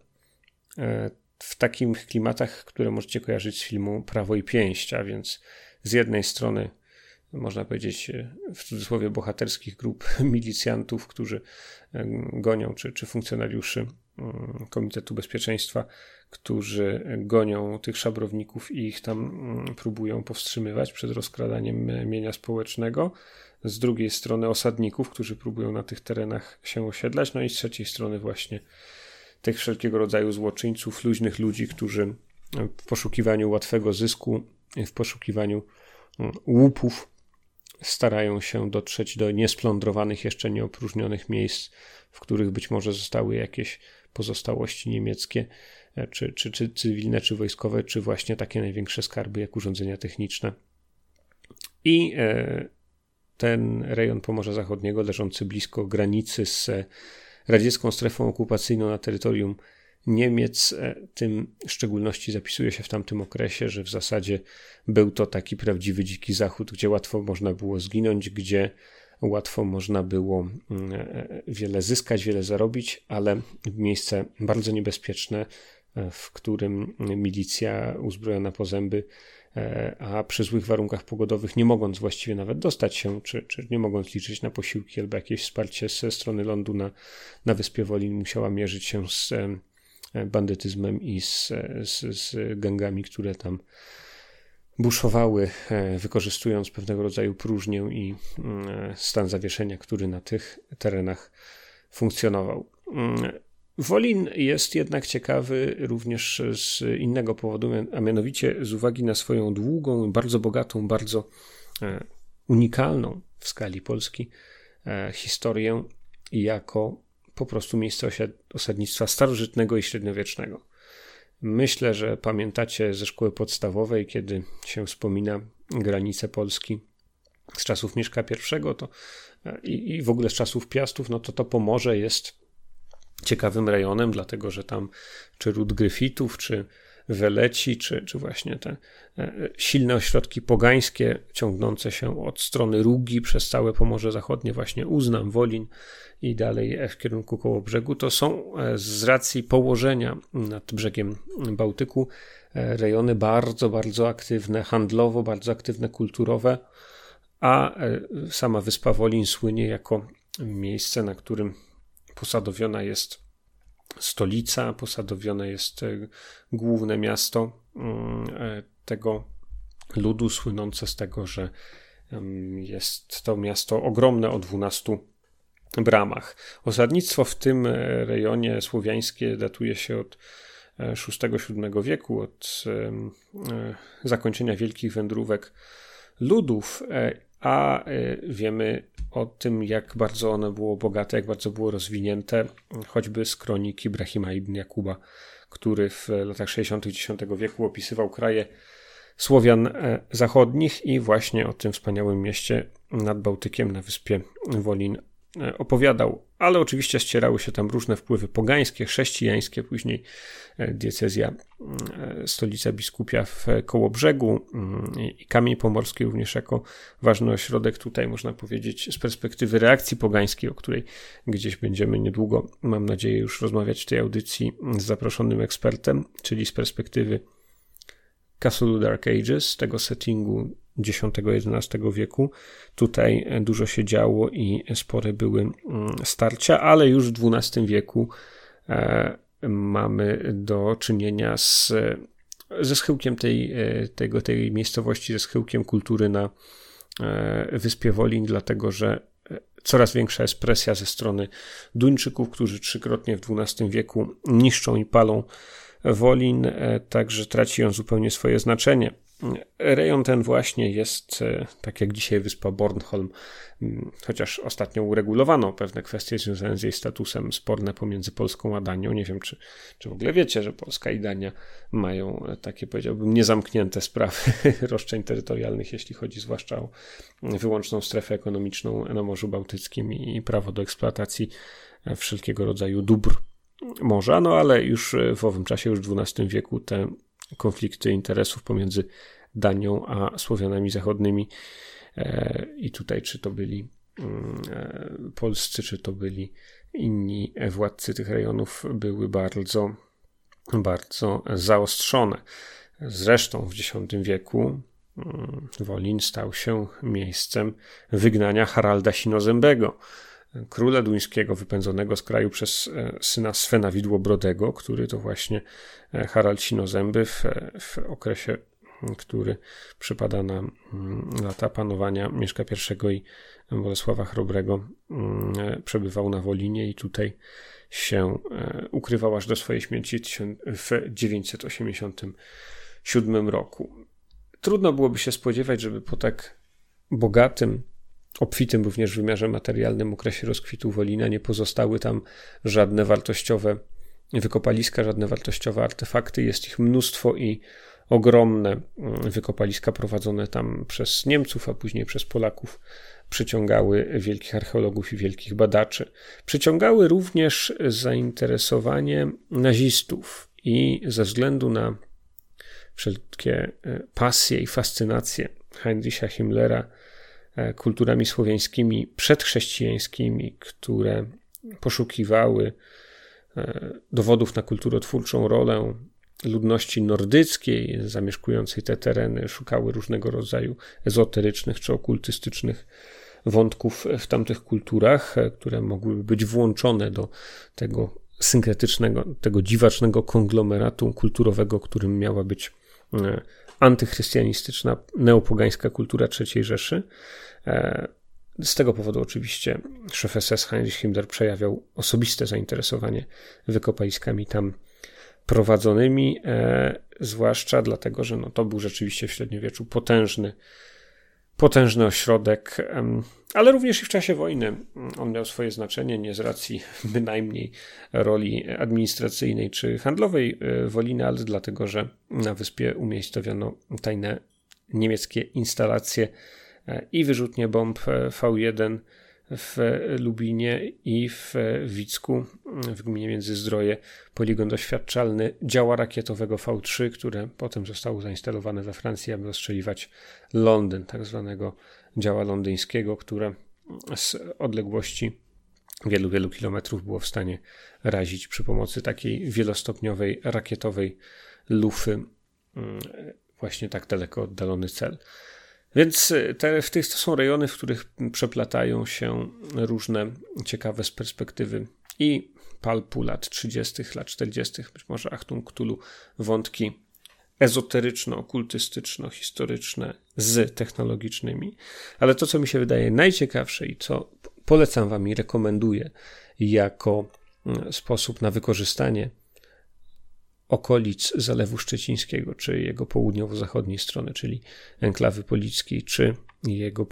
w takich klimatach, które możecie kojarzyć z filmu Prawo i Pięść, a więc z jednej strony, można powiedzieć w cudzysłowie, bohaterskich grup milicjantów, którzy gonią, czy, czy funkcjonariuszy Komitetu Bezpieczeństwa, którzy gonią tych szabrowników i ich tam próbują powstrzymywać przed rozkradaniem mienia społecznego. Z drugiej strony osadników, którzy próbują na tych terenach się osiedlać. No i z trzeciej strony właśnie tych wszelkiego rodzaju złoczyńców, luźnych ludzi, którzy w poszukiwaniu łatwego zysku, w poszukiwaniu łupów starają się dotrzeć do niesplądrowanych, jeszcze nieopróżnionych miejsc, w których być może zostały jakieś pozostałości niemieckie, czy, czy, czy cywilne, czy wojskowe, czy właśnie takie największe skarby, jak urządzenia techniczne. I ten rejon Pomorza Zachodniego, leżący blisko granicy z radziecką strefą okupacyjną na terytorium Niemiec, tym w szczególności zapisuje się w tamtym okresie, że w zasadzie był to taki prawdziwy dziki zachód, gdzie łatwo można było zginąć, gdzie łatwo można było wiele zyskać, wiele zarobić, ale miejsce bardzo niebezpieczne, w którym milicja uzbrojona po zęby, a przy złych warunkach pogodowych, nie mogąc właściwie nawet dostać się, czy, czy nie mogąc liczyć na posiłki albo jakieś wsparcie ze strony lądu na, na wyspie Wolin, musiała mierzyć się z bandytyzmem i z, z, z gangami, które tam buszowały, wykorzystując pewnego rodzaju próżnię i stan zawieszenia, który na tych terenach funkcjonował. Wolin jest jednak ciekawy również z innego powodu, a mianowicie z uwagi na swoją długą, bardzo bogatą, bardzo unikalną w skali Polski historię jako po prostu miejsce osadnictwa starożytnego i średniowiecznego. Myślę, że pamiętacie ze szkoły podstawowej, kiedy się wspomina granice Polski z czasów Mieszka I to, i, i w ogóle z czasów Piastów, no to to Pomorze jest ciekawym rejonem, dlatego że tam czy ród Gryfitów, czy Weleci, czy, czy właśnie te silne ośrodki pogańskie ciągnące się od strony Rugi przez całe Pomorze Zachodnie, właśnie Uznam, Wolin i dalej w kierunku Kołobrzegu, to są z racji położenia nad brzegiem Bałtyku rejony bardzo, bardzo aktywne handlowo, bardzo aktywne kulturowe, a sama wyspa Wolin słynie jako miejsce, na którym posadowiona jest stolica, posadowione jest główne miasto tego ludu, słynące z tego, że jest to miasto ogromne o dwunastu bramach. Osadnictwo w tym rejonie słowiańskie datuje się od szóstego siódmego wieku, od zakończenia wielkich wędrówek ludów, a wiemy o tym, jak bardzo ono było bogate, jak bardzo było rozwinięte, choćby z kroniki Ibrahima ibn Jakuba, który w latach sześćdziesiątych dziesiątego wieku opisywał kraje Słowian zachodnich i właśnie o tym wspaniałym mieście nad Bałtykiem na wyspie Wolin opowiadał. Ale oczywiście ścierały się tam różne wpływy pogańskie, chrześcijańskie, później diecezja, stolica biskupia w Kołobrzegu i Kamień Pomorski również jako ważny ośrodek tutaj, można powiedzieć, z perspektywy reakcji pogańskiej, o której gdzieś będziemy niedługo, mam nadzieję, już rozmawiać w tej audycji z zaproszonym ekspertem, czyli z perspektywy Cthulhu Dark Ages, tego settingu dziesiątego jedenastego wieku. Tutaj dużo się działo i spore były starcia, ale już w dwunastym wieku e, mamy do czynienia z, ze schyłkiem tej, tego, tej miejscowości, ze schyłkiem kultury na e, wyspie Wolin, dlatego że coraz większa jest presja ze strony Duńczyków, którzy trzykrotnie w dwunastym wieku niszczą i palą Wolin, e, także traci on zupełnie swoje znaczenie. Rejon ten właśnie jest, tak jak dzisiaj wyspa Bornholm, chociaż ostatnio uregulowano pewne kwestie związane z jej statusem, sporne pomiędzy Polską a Danią. Nie wiem, czy, czy w ogóle wiecie, że Polska i Dania mają takie, powiedziałbym, niezamknięte sprawy roszczeń terytorialnych, jeśli chodzi zwłaszcza o wyłączną strefę ekonomiczną na Morzu Bałtyckim i prawo do eksploatacji wszelkiego rodzaju dóbr morza, no ale już w owym czasie, już w dwunastym wieku te konflikty interesów pomiędzy Danią a Słowianami zachodnimi e, i tutaj czy to byli e, polscy, czy to byli inni władcy tych rejonów, były bardzo, bardzo zaostrzone. Zresztą w dziesiątym wieku Wolin stał się miejscem wygnania Haralda Sinozębego, króla duńskiego wypędzonego z kraju przez syna Svena Widłobrodego, który to właśnie Harald Sinozęby w, w okresie, który przypada na lata panowania Mieszka I i Bolesława Chrobrego, przebywał na Wolinie i tutaj się ukrywał aż do swojej śmierci w dziewięćset osiemdziesiątym siódmym roku. Trudno byłoby się spodziewać, żeby po tak bogatym, obfitym również w wymiarze materialnym okresie rozkwitu Wolina nie pozostały tam żadne wartościowe wykopaliska, żadne wartościowe artefakty. Jest ich mnóstwo i ogromne wykopaliska prowadzone tam przez Niemców, a później przez Polaków przyciągały wielkich archeologów i wielkich badaczy. Przyciągały również zainteresowanie nazistów i ze względu na wszelkie pasje i fascynacje Heinricha Himmlera kulturami słowiańskimi przedchrześcijańskimi, które poszukiwały dowodów na kulturotwórczą rolę ludności nordyckiej zamieszkującej te tereny, szukały różnego rodzaju ezoterycznych czy okultystycznych wątków w tamtych kulturach, które mogłyby być włączone do tego synkretycznego, tego dziwacznego konglomeratu kulturowego, którym miała być antychrystianistyczna, neopogańska kultura trzeciej Rzeszy. Z tego powodu oczywiście szef S S Heinrich Himmler przejawiał osobiste zainteresowanie wykopaliskami tam prowadzonymi, e, zwłaszcza dlatego, że no, to był rzeczywiście w średniowieczu potężny, potężny ośrodek, e, ale również i w czasie wojny on miał swoje znaczenie, nie z racji bynajmniej roli administracyjnej czy handlowej e, Woliny, ale dlatego, że na wyspie umiejscowiono tajne niemieckie instalacje e, i wyrzutnie bomb V jeden, w Lubinie i w Wicku, w gminie Międzyzdroje, poligon doświadczalny działa rakietowego V trzy, które potem zostało zainstalowane we Francji, aby ostrzeliwać Londyn, tak zwanego działa londyńskiego, które z odległości wielu, wielu kilometrów było w stanie razić przy pomocy takiej wielostopniowej rakietowej lufy właśnie tak daleko oddalony cel. Więc te, w tych to są rejony, w których przeplatają się różne ciekawe z perspektywy i palpu lat trzydziestych, lat czterdziestych, być może Achtung Cthulhu, wątki ezoteryczno-okultystyczno-historyczne z technologicznymi. Ale to, co mi się wydaje najciekawsze i co polecam wam i rekomenduję jako sposób na wykorzystanie okolic Zalewu Szczecińskiego, czy jego południowo-zachodniej strony, czyli enklawy polickiej, czy jego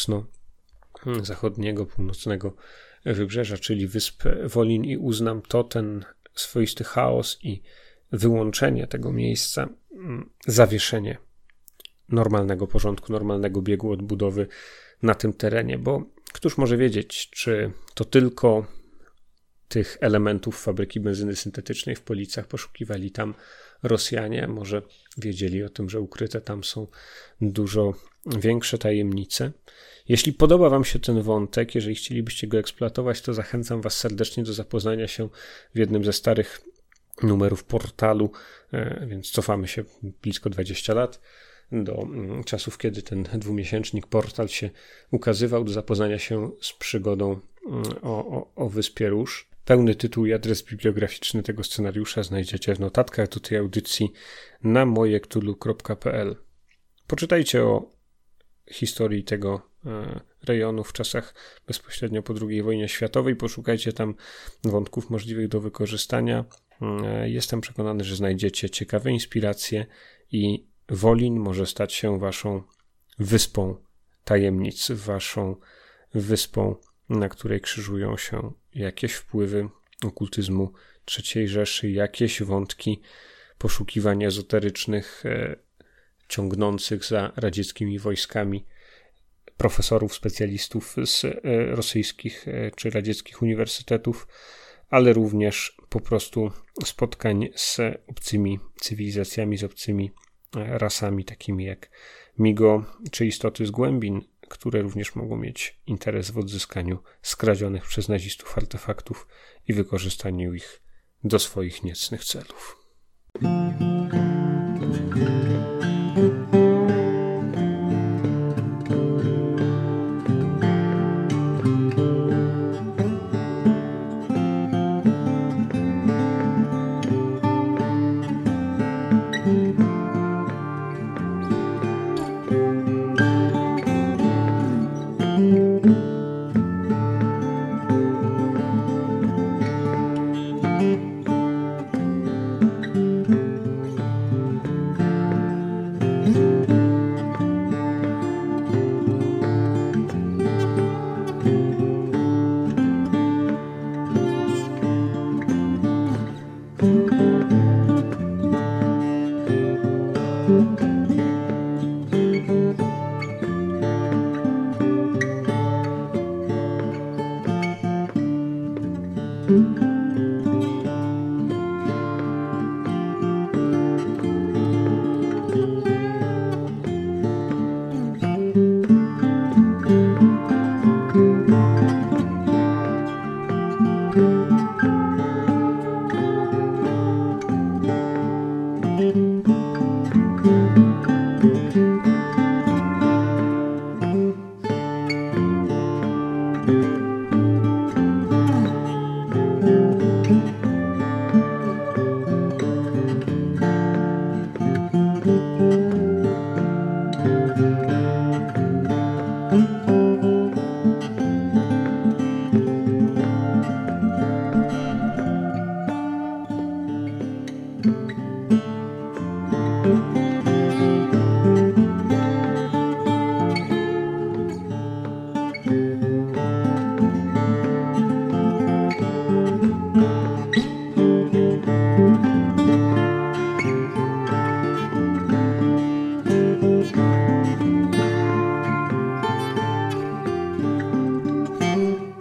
północno-zachodniego, północnego wybrzeża, czyli wysp Wolin i Uznam, to ten swoisty chaos i wyłączenie tego miejsca, zawieszenie normalnego porządku, normalnego biegu odbudowy na tym terenie, bo któż może wiedzieć, czy to tylko tych elementów fabryki benzyny syntetycznej w Policach poszukiwali tam Rosjanie, może wiedzieli o tym, że ukryte tam są dużo większe tajemnice. Jeśli podoba wam się ten wątek, jeżeli chcielibyście go eksploatować, to zachęcam was serdecznie do zapoznania się w jednym ze starych numerów portalu, więc cofamy się blisko dwadzieścia lat do czasów, kiedy ten dwumiesięcznik portal się ukazywał, do zapoznania się z przygodą o, o, o Wyspie Róż. Pełny tytuł i adres bibliograficzny tego scenariusza znajdziecie w notatkach do tej audycji na moje cthulhu kropka p l. Poczytajcie o historii tego rejonu w czasach bezpośrednio po drugiej wojnie światowej. Poszukajcie tam wątków możliwych do wykorzystania. Jestem przekonany, że znajdziecie ciekawe inspiracje i Wolin może stać się waszą wyspą tajemnic, waszą wyspą, na której krzyżują się jakieś wpływy okultyzmu trzeciej Rzeszy, jakieś wątki poszukiwań ezoterycznych e, ciągnących za radzieckimi wojskami profesorów, specjalistów z e, rosyjskich e, czy radzieckich uniwersytetów, ale również po prostu spotkań z obcymi cywilizacjami, z obcymi e, rasami, takimi jak Migo czy istoty z głębin, które również mogą mieć interes w odzyskaniu skradzionych przez nazistów artefaktów i wykorzystaniu ich do swoich niecnych celów.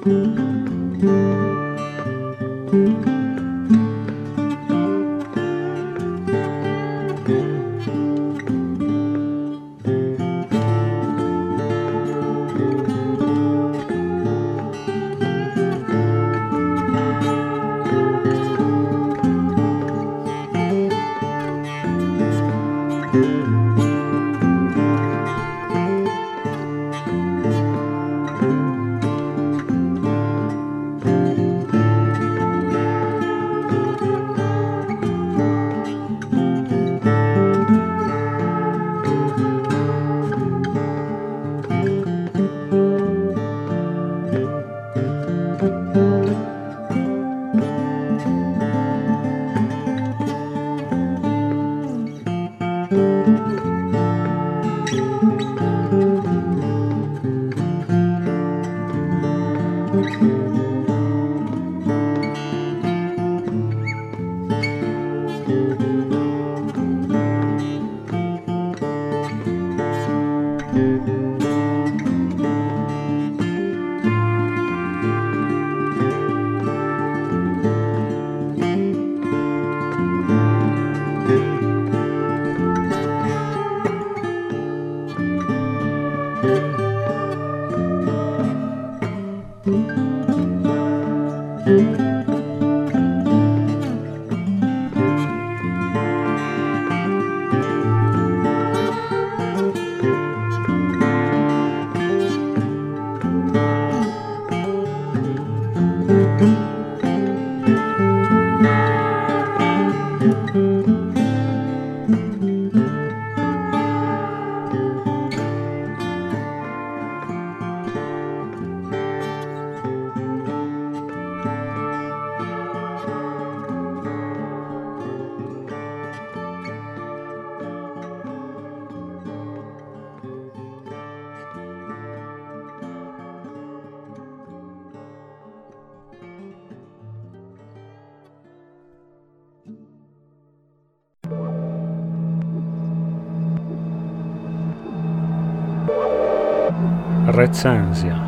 Recenzja.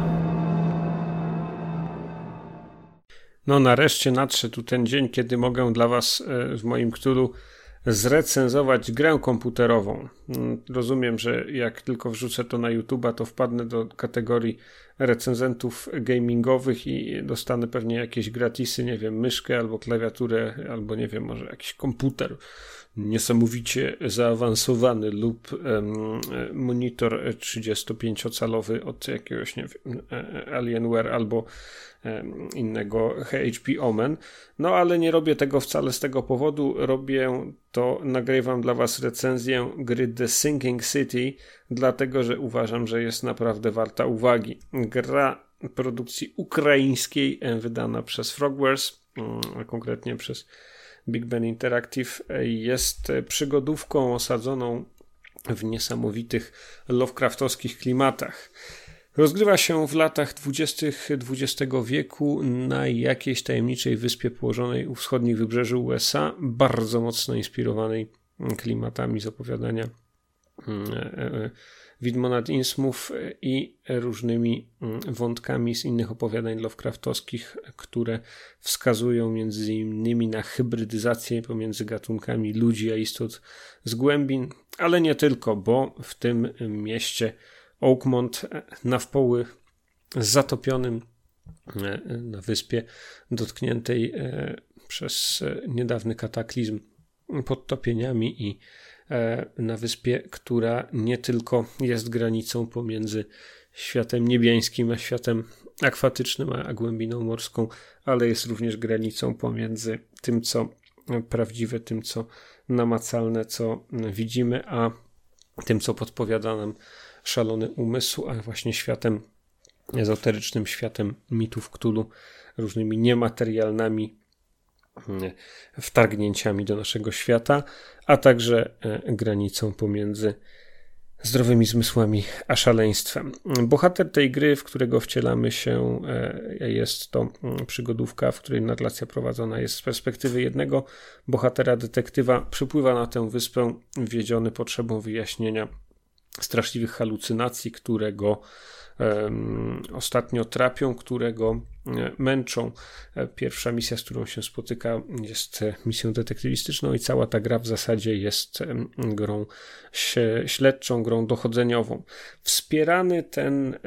No nareszcie nadszedł ten dzień, kiedy mogę dla Was w moim Cthulhu zrecenzować grę komputerową. Rozumiem, że jak tylko wrzucę to na YouTube'a, to wpadnę do kategorii recenzentów gamingowych i dostanę pewnie jakieś gratisy, nie wiem, myszkę albo klawiaturę, albo nie wiem, może jakiś komputer niesamowicie zaawansowany lub um, monitor trzydziestopięciocalowy od jakiegoś, nie wiem, Alienware albo um, innego H P Omen. No ale nie robię tego wcale z tego powodu. Robię to, nagrywam dla Was recenzję gry The Sinking City, dlatego że uważam, że jest naprawdę warta uwagi. Gra produkcji ukraińskiej wydana przez Frogwares, a konkretnie przez Big Ben Interactive, jest przygodówką osadzoną w niesamowitych Lovecraftowskich klimatach. Rozgrywa się w latach dwudziestych dwudziestego wieku na jakiejś tajemniczej wyspie położonej u wschodnich wybrzeży U S A, bardzo mocno inspirowanej klimatami z opowiadania Widmo nad Innsmouth i różnymi wątkami z innych opowiadań Lovecraftowskich, które wskazują między innymi na hybrydyzację pomiędzy gatunkami ludzi a istot z głębin, ale nie tylko, bo w tym mieście Oakmont, na wpoły zatopionym na wyspie dotkniętej przez niedawny kataklizm podtopieniami i na wyspie, która nie tylko jest granicą pomiędzy światem niebiańskim a światem akwatycznym, a głębiną morską, ale jest również granicą pomiędzy tym, co prawdziwe, tym, co namacalne, co widzimy, a tym, co podpowiada nam szalony umysł, a właśnie światem ezoterycznym, światem mitów Cthulhu, różnymi niematerialnymi wtargnięciami do naszego świata, a także granicą pomiędzy zdrowymi zmysłami a szaleństwem. Bohater tej gry, w którego wcielamy się, jest to przygodówka, w której narracja prowadzona jest z perspektywy jednego bohatera detektywa. Przypływa na tę wyspę wiedziony potrzebą wyjaśnienia straszliwych halucynacji, które go um, ostatnio trapią, które go męczą. Pierwsza misja, z którą się spotyka, jest misją detektywistyczną i cała ta gra w zasadzie jest grą śledczą, grą dochodzeniową. Wspierany ten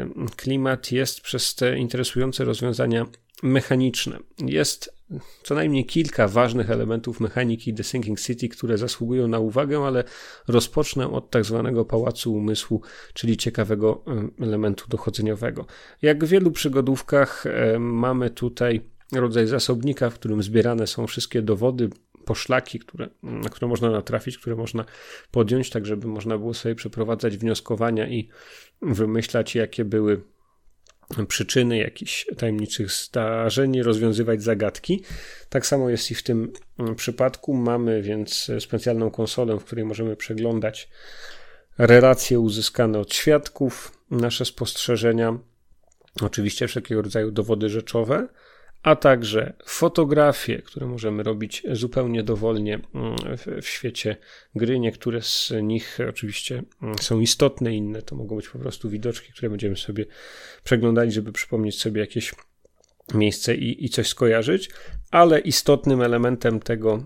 klimat jest przez te interesujące rozwiązania mechaniczne. Jest co najmniej kilka ważnych elementów mechaniki The Sinking City, które zasługują na uwagę, ale rozpocznę od tak zwanego pałacu umysłu, czyli ciekawego elementu dochodzeniowego. Jak w wielu przygodówkach mamy tutaj rodzaj zasobnika, w którym zbierane są wszystkie dowody, poszlaki, które, na które można natrafić, które można podjąć, tak żeby można było sobie przeprowadzać wnioskowania i wymyślać, jakie były przyczyny jakichś tajemniczych zdarzeń, rozwiązywać zagadki. Tak samo jest i w tym przypadku. Mamy więc specjalną konsolę, w której możemy przeglądać relacje uzyskane od świadków, nasze spostrzeżenia, oczywiście wszelkiego rodzaju dowody rzeczowe, a także fotografie, które możemy robić zupełnie dowolnie w, w świecie gry. Niektóre z nich oczywiście są istotne, inne to mogą być po prostu widoczki, które będziemy sobie przeglądali, żeby przypomnieć sobie jakieś miejsce i, i coś skojarzyć, ale istotnym elementem tego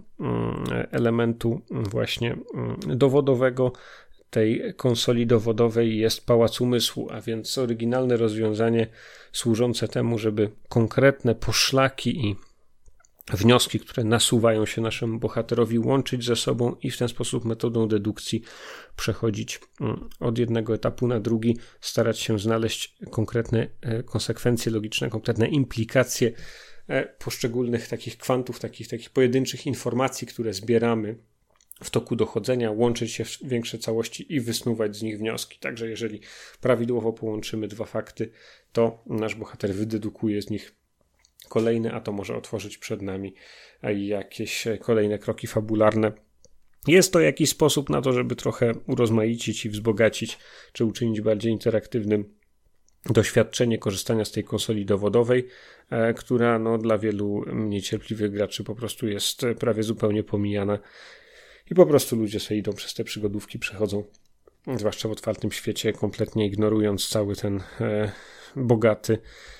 elementu właśnie dowodowego, tej konsoli dowodowej jest pałac umysłu, a więc oryginalne rozwiązanie służące temu, żeby konkretne poszlaki i wnioski, które nasuwają się naszemu bohaterowi, łączyć ze sobą i w ten sposób metodą dedukcji przechodzić od jednego etapu na drugi, starać się znaleźć konkretne konsekwencje logiczne, konkretne implikacje poszczególnych takich kwantów, takich, takich pojedynczych informacji, które zbieramy w toku dochodzenia, łączyć się w większe całości i wysnuwać z nich wnioski. Także jeżeli prawidłowo połączymy dwa fakty, to nasz bohater wydedukuje z nich kolejne, a to może otworzyć przed nami jakieś kolejne kroki fabularne. Jest to jakiś sposób na to, żeby trochę urozmaicić i wzbogacić, czy uczynić bardziej interaktywnym doświadczenie korzystania z tej konsoli dowodowej, która no, dla wielu mniej cierpliwych graczy po prostu jest prawie zupełnie pomijana. I po prostu ludzie sobie idą przez te przygodówki, przechodzą, zwłaszcza w otwartym świecie, kompletnie ignorując cały ten e, bogaty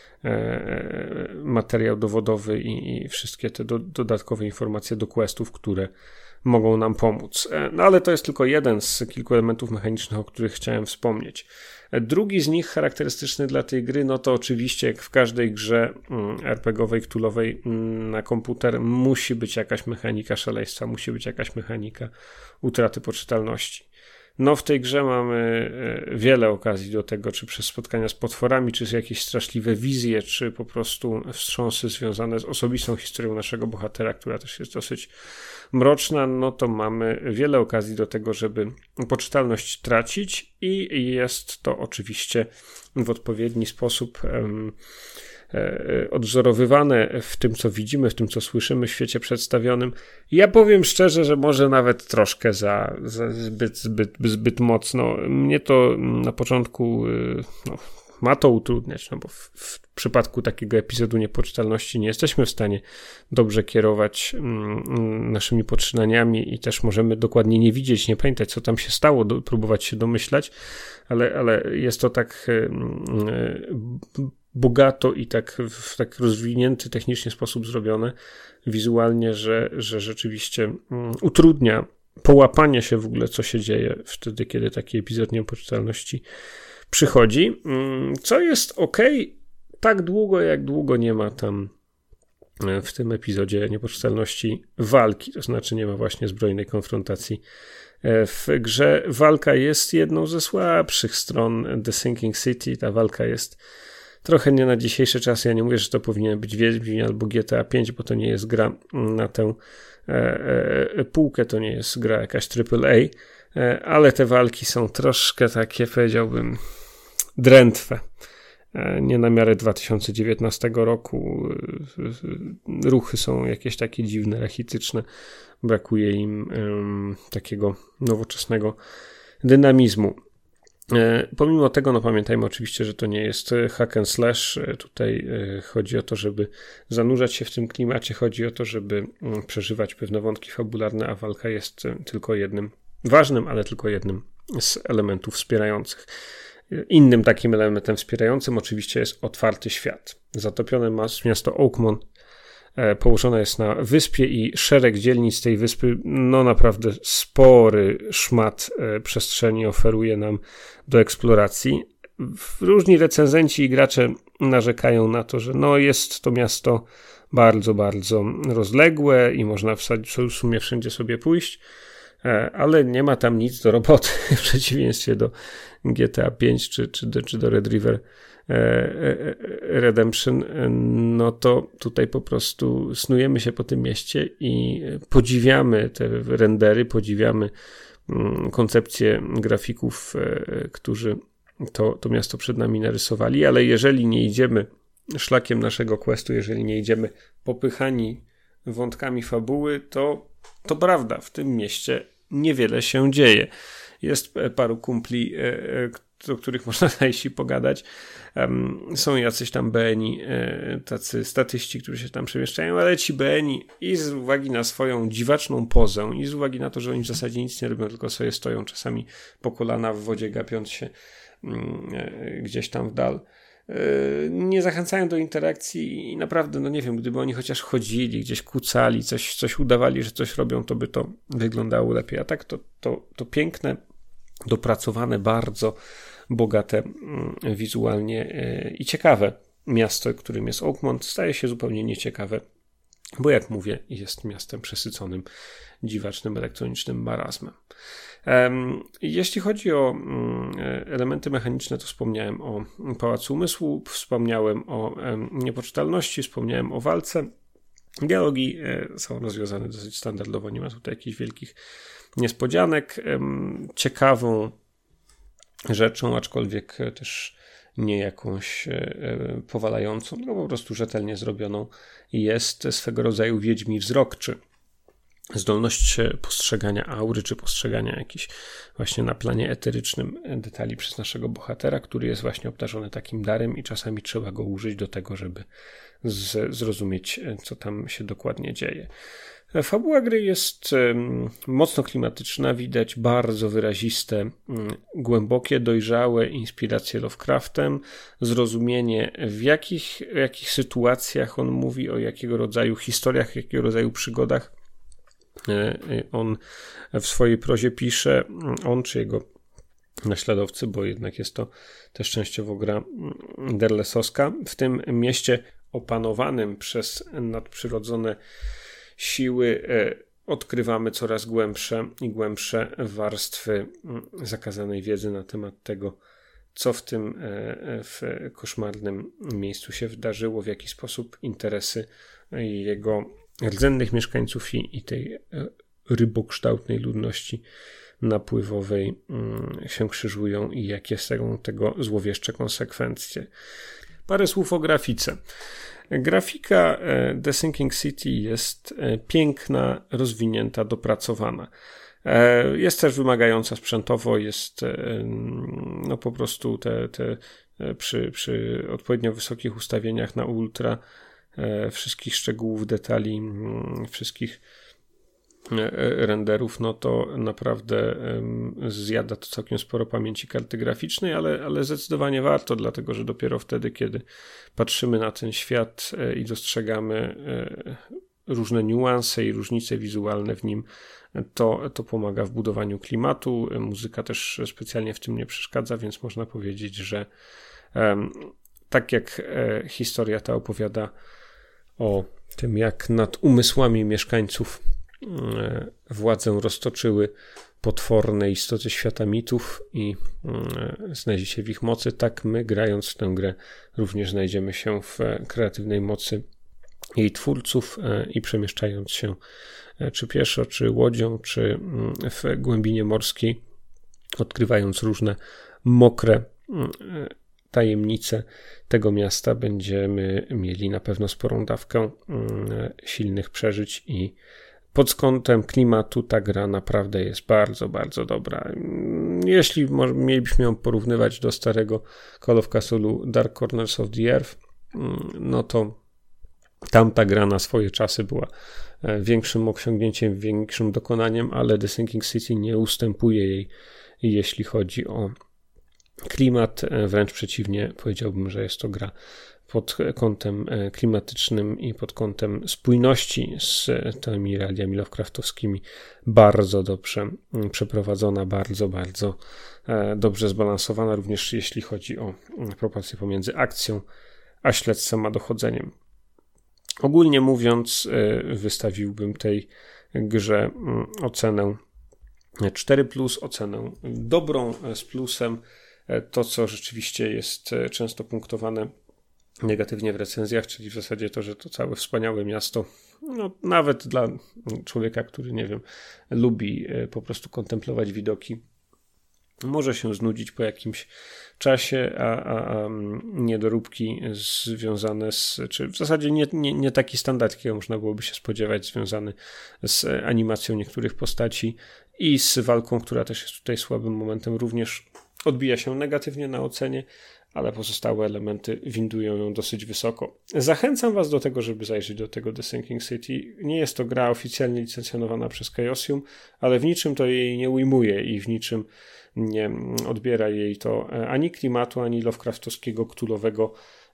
e, materiał dowodowy i, i wszystkie te do, dodatkowe informacje do questów, które mogą nam pomóc. E, no ale to jest tylko jeden z kilku elementów mechanicznych, o których chciałem wspomnieć. E, drugi z nich charakterystyczny dla tej gry, no to oczywiście jak w każdej grze mm, er pe gie owej, Cthulhuowej mm, na komputer musi być jakaś mechanika szaleństwa, musi być jakaś mechanika utraty poczytalności. No w tej grze mamy wiele okazji do tego, czy przez spotkania z potworami, czy z jakieś straszliwe wizje, czy po prostu wstrząsy związane z osobistą historią naszego bohatera, która też jest dosyć mroczna, no to mamy wiele okazji do tego, żeby poczytalność tracić i jest to oczywiście w odpowiedni sposób um, odwzorowywane w tym, co widzimy, w tym, co słyszymy w świecie przedstawionym. Ja powiem szczerze, że może nawet troszkę za, za zbyt, zbyt, zbyt mocno. Mnie to na początku no, ma to utrudniać, no bo w, w przypadku takiego epizodu niepoczytalności nie jesteśmy w stanie dobrze kierować mm, naszymi poczynaniami i też możemy dokładnie nie widzieć, nie pamiętać, co tam się stało, do, próbować się domyślać, ale, ale jest to tak mm, bogato i tak w tak rozwinięty technicznie sposób zrobione wizualnie, że, że rzeczywiście um, utrudnia połapanie się w ogóle, co się dzieje wtedy, kiedy taki epizod niepoczytalności przychodzi, um, co jest ok tak długo, jak długo nie ma tam w tym epizodzie niepoczytalności walki, to znaczy nie ma właśnie zbrojnej konfrontacji. W grze walka jest jedną ze słabszych stron The Sinking City, ta walka jest trochę nie na dzisiejsze czasy. Ja nie mówię, że to powinien być Wiedźmin albo G T A pięć, bo to nie jest gra na tę e, e, półkę, to nie jest gra jakaś triple A, e, ale te walki są troszkę takie, powiedziałbym, drętwe. E, nie na miarę dwa tysiące dziewiętnastego roku. E, ruchy są jakieś takie dziwne, rachityczne. Brakuje im e, takiego nowoczesnego dynamizmu. Pomimo tego, no pamiętajmy oczywiście, że to nie jest hack and slash. Tutaj chodzi o to, żeby zanurzać się w tym klimacie, chodzi o to, żeby przeżywać pewne wątki fabularne, a walka jest tylko jednym, ważnym, ale tylko jednym z elementów wspierających. Innym takim elementem wspierającym oczywiście jest otwarty świat. Zatopione miasto Oakmont położone jest na wyspie i szereg dzielnic tej wyspy, no naprawdę spory szmat przestrzeni oferuje nam do eksploracji. Różni recenzenci i gracze narzekają na to, że no jest to miasto bardzo, bardzo rozległe i można w sumie wszędzie sobie pójść, ale nie ma tam nic do roboty, w przeciwieństwie do G T A pięć czy, czy, do, czy do Red River Redemption. No to tutaj po prostu snujemy się po tym mieście i podziwiamy te rendery, podziwiamy koncepcję grafików, którzy to, to miasto przed nami narysowali, ale jeżeli nie idziemy szlakiem naszego questu, jeżeli nie idziemy popychani wątkami fabuły, to to prawda, w tym mieście niewiele się dzieje. Jest paru kumpli, do których można zajść i pogadać. Są jacyś tam B N I, tacy statyści, którzy się tam przemieszczają, ale ci B N I i z uwagi na swoją dziwaczną pozę i z uwagi na to, że oni w zasadzie nic nie robią, tylko sobie stoją czasami po kolana w wodzie, gapiąc się gdzieś tam w dal, nie zachęcają do interakcji i naprawdę, no nie wiem, gdyby oni chociaż chodzili, gdzieś kucali, coś, coś udawali, że coś robią, to by to wyglądało lepiej. A tak to, to, to piękne, dopracowane, bardzo bogate wizualnie i ciekawe miasto, którym jest Oakmont, staje się zupełnie nieciekawe, bo jak mówię, jest miastem przesyconym dziwacznym elektronicznym marazmem. Jeśli chodzi o elementy mechaniczne, to wspomniałem o Pałacu Umysłu, wspomniałem o niepoczytalności, wspomniałem o walce. Dialogi są rozwiązane dosyć standardowo, nie ma tutaj jakichś wielkich niespodzianek. Ciekawą rzeczą, aczkolwiek też nie jakąś powalającą, no po prostu rzetelnie zrobioną, jest swego rodzaju wiedźmi wzrok, czy zdolność postrzegania aury, czy postrzegania jakichś właśnie na planie eterycznym detali przez naszego bohatera, który jest właśnie obdarzony takim darem i czasami trzeba go użyć do tego, żeby z- zrozumieć, co tam się dokładnie dzieje. Fabuła gry jest mocno klimatyczna, widać bardzo wyraziste, głębokie, dojrzałe inspiracje Lovecraftem, zrozumienie w jakich, w jakich sytuacjach on mówi, o jakiego rodzaju historiach, jakiego rodzaju przygodach on w swojej prozie pisze, on czy jego naśladowcy, bo jednak jest to też częściowo gra Derlesowska. W tym mieście opanowanym przez nadprzyrodzone siły odkrywamy coraz głębsze i głębsze warstwy zakazanej wiedzy na temat tego, co w tym w koszmarnym miejscu się wydarzyło, w jaki sposób interesy jego rdzennych mieszkańców i, i tej rybokształtnej ludności napływowej się krzyżują i jakie są tego złowieszcze konsekwencje. Parę słów o grafice. Grafika The Sinking City jest piękna, rozwinięta, dopracowana. Jest też wymagająca sprzętowo, jest no po prostu te, te przy, przy odpowiednio wysokich ustawieniach na ultra wszystkich szczegółów, detali, wszystkich renderów, no to naprawdę zjada to całkiem sporo pamięci karty graficznej, ale, ale zdecydowanie warto, dlatego że dopiero wtedy, kiedy patrzymy na ten świat i dostrzegamy różne niuanse i różnice wizualne w nim, to, to pomaga w budowaniu klimatu. Muzyka też specjalnie w tym nie przeszkadza, więc można powiedzieć, że tak jak historia ta opowiada o tym, jak nad umysłami mieszkańców władzę roztoczyły potworne istoty świata mitów i znajdzie się w ich mocy, tak my, grając w tę grę, również znajdziemy się w kreatywnej mocy jej twórców i przemieszczając się czy pieszo, czy łodzią, czy w głębinie morskiej, odkrywając różne mokre tajemnice tego miasta, będziemy mieli na pewno sporą dawkę silnych przeżyć i pod kątem klimatu ta gra naprawdę jest bardzo, bardzo dobra. Jeśli mielibyśmy ją porównywać do starego Call of Cthulhu Dark Corners of the Earth, no to tamta gra na swoje czasy była większym osiągnięciem, większym dokonaniem, ale The Sinking City nie ustępuje jej, jeśli chodzi o klimat, wręcz przeciwnie, powiedziałbym, że jest to gra pod kątem klimatycznym i pod kątem spójności z tymi realiami lovecraftowskimi bardzo dobrze przeprowadzona, bardzo, bardzo dobrze zbalansowana, również jeśli chodzi o proporcje pomiędzy akcją a śledztwem a dochodzeniem. Ogólnie mówiąc, wystawiłbym tej grze ocenę cztery plus, ocenę dobrą z plusem. To, co rzeczywiście jest często punktowane negatywnie w recenzjach, czyli w zasadzie to, że to całe wspaniałe miasto, no nawet dla człowieka, który, nie wiem, lubi po prostu kontemplować widoki, może się znudzić po jakimś czasie, a, a, a niedoróbki związane z, czy w zasadzie nie, nie, nie taki standard, jakiego można byłoby się spodziewać, związany z animacją niektórych postaci i z walką, która też jest tutaj słabym momentem, również odbija się negatywnie na ocenie, ale pozostałe elementy windują ją dosyć wysoko. Zachęcam was do tego, żeby zajrzeć do tego The Sinking City. Nie jest to gra oficjalnie licencjonowana przez Chaosium, ale w niczym to jej nie ujmuje i w niczym nie odbiera jej to ani klimatu, ani lovecraftowskiego, cthulhowego,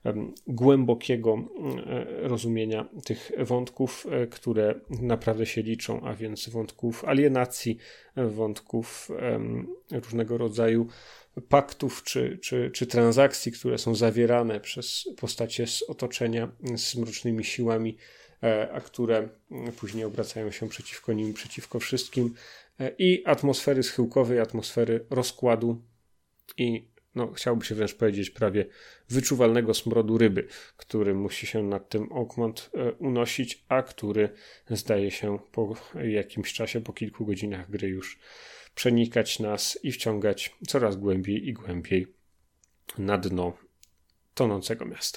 głębokiego rozumienia tych wątków, które naprawdę się liczą, a więc wątków alienacji, wątków różnego rodzaju paktów czy, czy, czy transakcji, które są zawierane przez postacie z otoczenia z mrocznymi siłami, a które później obracają się przeciwko nim, przeciwko wszystkim, i atmosfery schyłkowej, atmosfery rozkładu i no, chciałoby się wręcz powiedzieć prawie wyczuwalnego smrodu ryby, który musi się nad tym Oakmont unosić, a który zdaje się po jakimś czasie, po kilku godzinach gry już przenikać nas i wciągać coraz głębiej i głębiej na dno tonącego miasta.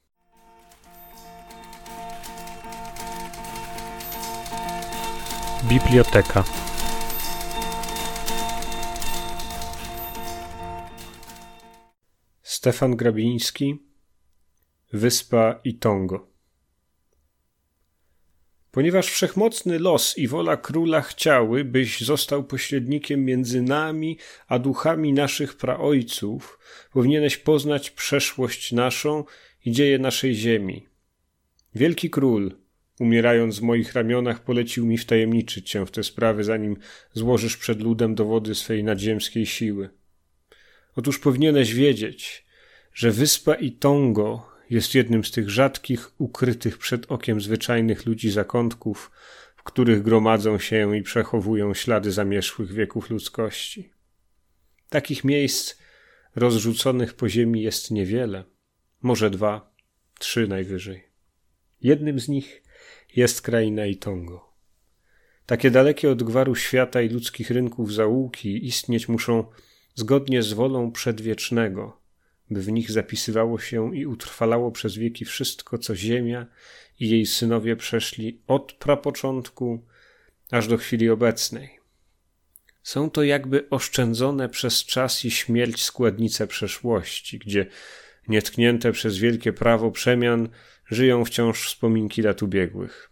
Biblioteka. Stefan Grabiński, Wyspa Itongo. Ponieważ wszechmocny los i wola króla chciały, byś został pośrednikiem między nami a duchami naszych praojców, powinieneś poznać przeszłość naszą i dzieje naszej ziemi. Wielki król, umierając w moich ramionach, polecił mi wtajemniczyć cię w te sprawy, zanim złożysz przed ludem dowody swej nadziemskiej siły. Otóż powinieneś wiedzieć, że wyspa Itongo jest jednym z tych rzadkich, ukrytych przed okiem zwyczajnych ludzi zakątków, w których gromadzą się i przechowują ślady zamierzchłych wieków ludzkości. Takich miejsc rozrzuconych po ziemi jest niewiele, może dwa, trzy najwyżej. Jednym z nich jest kraina Itongo. Takie dalekie od gwaru świata i ludzkich rynków zaułki istnieć muszą zgodnie z wolą przedwiecznego, by w nich zapisywało się i utrwalało przez wieki wszystko, co ziemia i jej synowie przeszli od prapoczątku aż do chwili obecnej. Są to jakby oszczędzone przez czas i śmierć składnice przeszłości, gdzie nietknięte przez wielkie prawo przemian żyją wciąż wspominki lat ubiegłych.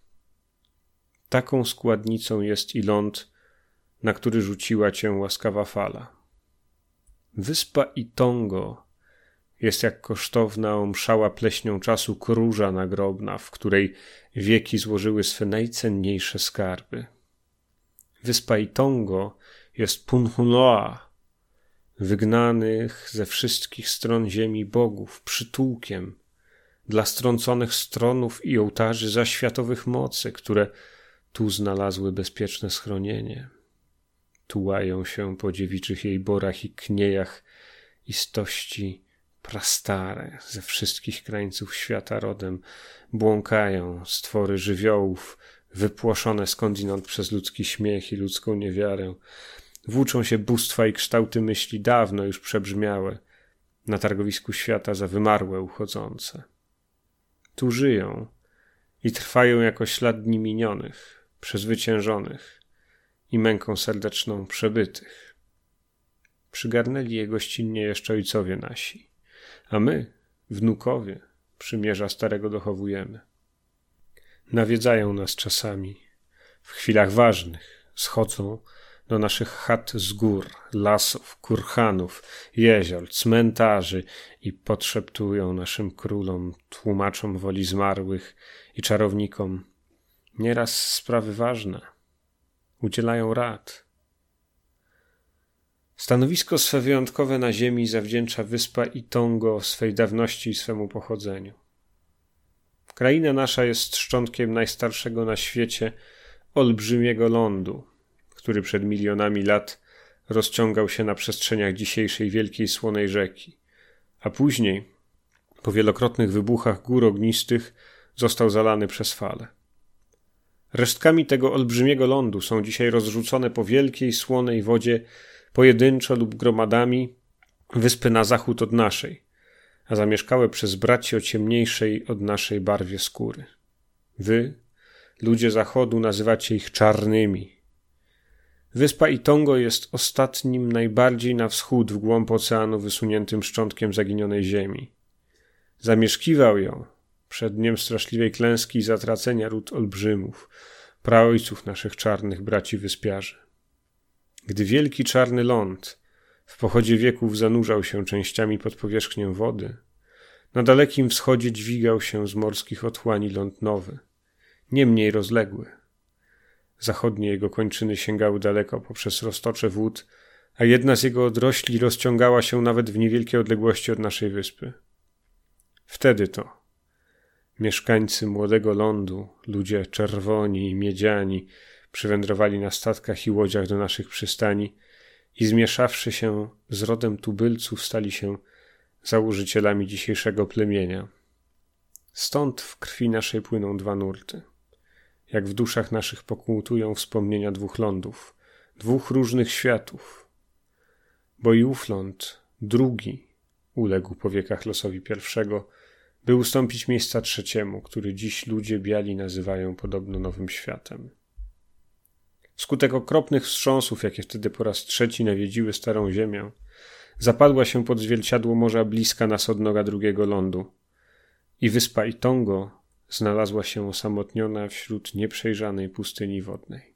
Taką składnicą jest i ląd, na który rzuciła cię łaskawa fala. Wyspa Itongo jest jak kosztowna, omszała pleśnią czasu króża nagrobna, w której wieki złożyły swe najcenniejsze skarby. Wyspa Itongo jest Punhunoa, wygnanych ze wszystkich stron ziemi bogów, przytułkiem dla strąconych stronów i ołtarzy zaświatowych mocy, które tu znalazły bezpieczne schronienie. Tułają się po dziewiczych jej borach i kniejach istości prastare ze wszystkich krańców świata rodem, błąkają stwory żywiołów, wypłoszone skądinąd przez ludzki śmiech i ludzką niewiarę. Włóczą się bóstwa i kształty myśli dawno już przebrzmiałe, na targowisku świata za wymarłe uchodzące. Tu żyją i trwają jako ślad dni minionych, przezwyciężonych i męką serdeczną przebytych. Przygarnęli je gościnnie jeszcze ojcowie nasi, a my, wnukowie, przymierza starego dochowujemy. Nawiedzają nas czasami, w chwilach ważnych, schodzą do naszych chat z gór, lasów, kurhanów, jezior, cmentarzy i podszeptują naszym królom, tłumaczom woli zmarłych i czarownikom nieraz sprawy ważne. Udzielają rad. Stanowisko swe wyjątkowe na ziemi zawdzięcza wyspa Itongo swej dawności i swemu pochodzeniu. Kraina nasza jest szczątkiem najstarszego na świecie olbrzymiego lądu, który przed milionami lat rozciągał się na przestrzeniach dzisiejszej wielkiej słonej rzeki, a później, po wielokrotnych wybuchach gór ognistych, został zalany przez fale. Resztkami tego olbrzymiego lądu są dzisiaj rozrzucone po wielkiej słonej wodzie pojedynczo lub gromadami wyspy na zachód od naszej, a zamieszkałe przez braci o ciemniejszej od naszej barwie skóry. Wy, ludzie zachodu, nazywacie ich czarnymi. Wyspa Itongo jest ostatnim, najbardziej na wschód w głąb oceanu wysuniętym szczątkiem zaginionej ziemi. Zamieszkiwał ją przed dniem straszliwej klęski i zatracenia ród olbrzymów, praojców naszych czarnych braci wyspiarzy. Gdy wielki czarny ląd w pochodzie wieków zanurzał się częściami pod powierzchnię wody, na dalekim wschodzie dźwigał się z morskich otchłani ląd nowy, nie mniej rozległy. Zachodnie jego kończyny sięgały daleko poprzez roztocze wód, a jedna z jego odrośli rozciągała się nawet w niewielkiej odległości od naszej wyspy. Wtedy to mieszkańcy młodego lądu, ludzie czerwoni i miedziani, przywędrowali na statkach i łodziach do naszych przystani i zmieszawszy się z rodem tubylców stali się założycielami dzisiejszego plemienia. Stąd w krwi naszej płyną dwa nurty. Jak w duszach naszych pokłutują wspomnienia dwóch lądów, dwóch różnych światów. Bo i ów ląd, drugi, uległ po wiekach losowi pierwszego, by ustąpić miejsca trzeciemu, który dziś ludzie biali nazywają podobno nowym światem. Wskutek okropnych wstrząsów, jakie wtedy po raz trzeci nawiedziły starą ziemię, zapadła się pod zwierciadło morza bliska nas odnoga drugiego lądu i wyspa Itongo znalazła się osamotniona wśród nieprzejrzanej pustyni wodnej.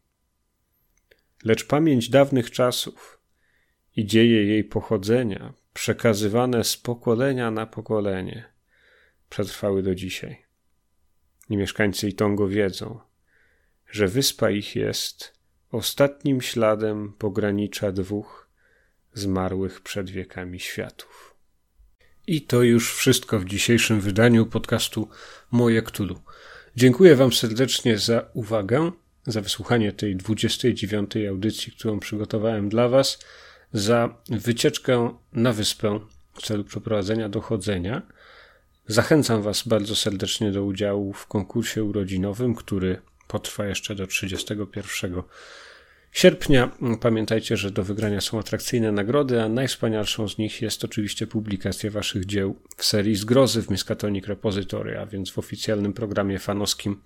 Lecz pamięć dawnych czasów i dzieje jej pochodzenia, przekazywane z pokolenia na pokolenie, przetrwały do dzisiaj. I mieszkańcy Itongo wiedzą, że wyspa ich jest ostatnim śladem pogranicza dwóch zmarłych przed wiekami światów. I to już wszystko w dzisiejszym wydaniu podcastu Moje Cthulhu. Dziękuję Wam serdecznie za uwagę, za wysłuchanie tej dwudziestej dziewiątej audycji, którą przygotowałem dla Was, za wycieczkę na wyspę w celu przeprowadzenia dochodzenia. Zachęcam Was bardzo serdecznie do udziału w konkursie urodzinowym, który potrwa jeszcze do trzydziestego pierwszego sierpnia. Pamiętajcie, że do wygrania są atrakcyjne nagrody, a najwspanialszą z nich jest oczywiście publikacja Waszych dzieł w serii Zgrozy w Miskatonic Repository, a więc w oficjalnym programie fanowskim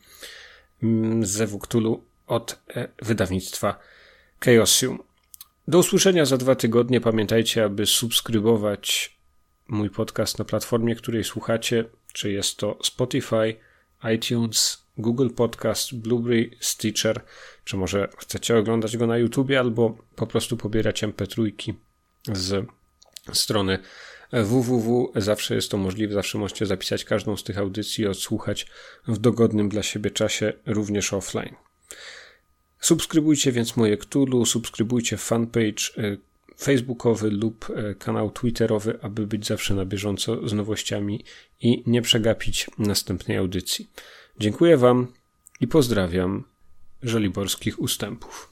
z Ewu Cthulhu od wydawnictwa Chaosium. Do usłyszenia za dwa tygodnie. Pamiętajcie, aby subskrybować mój podcast na platformie, której słuchacie, czy jest to Spotify, iTunes, Google Podcast, Blueberry, Stitcher, czy może chcecie oglądać go na YouTubie, albo po prostu pobierać em pe trzy z strony www. Zawsze jest to możliwe, zawsze możecie zapisać każdą z tych audycji i odsłuchać w dogodnym dla siebie czasie, również offline. Subskrybujcie więc Moje Cthulhu, subskrybujcie fanpage facebookowy lub kanał twitterowy, aby być zawsze na bieżąco z nowościami i nie przegapić następnej audycji. Dziękuję Wam i pozdrawiam żoliborskich ustępów.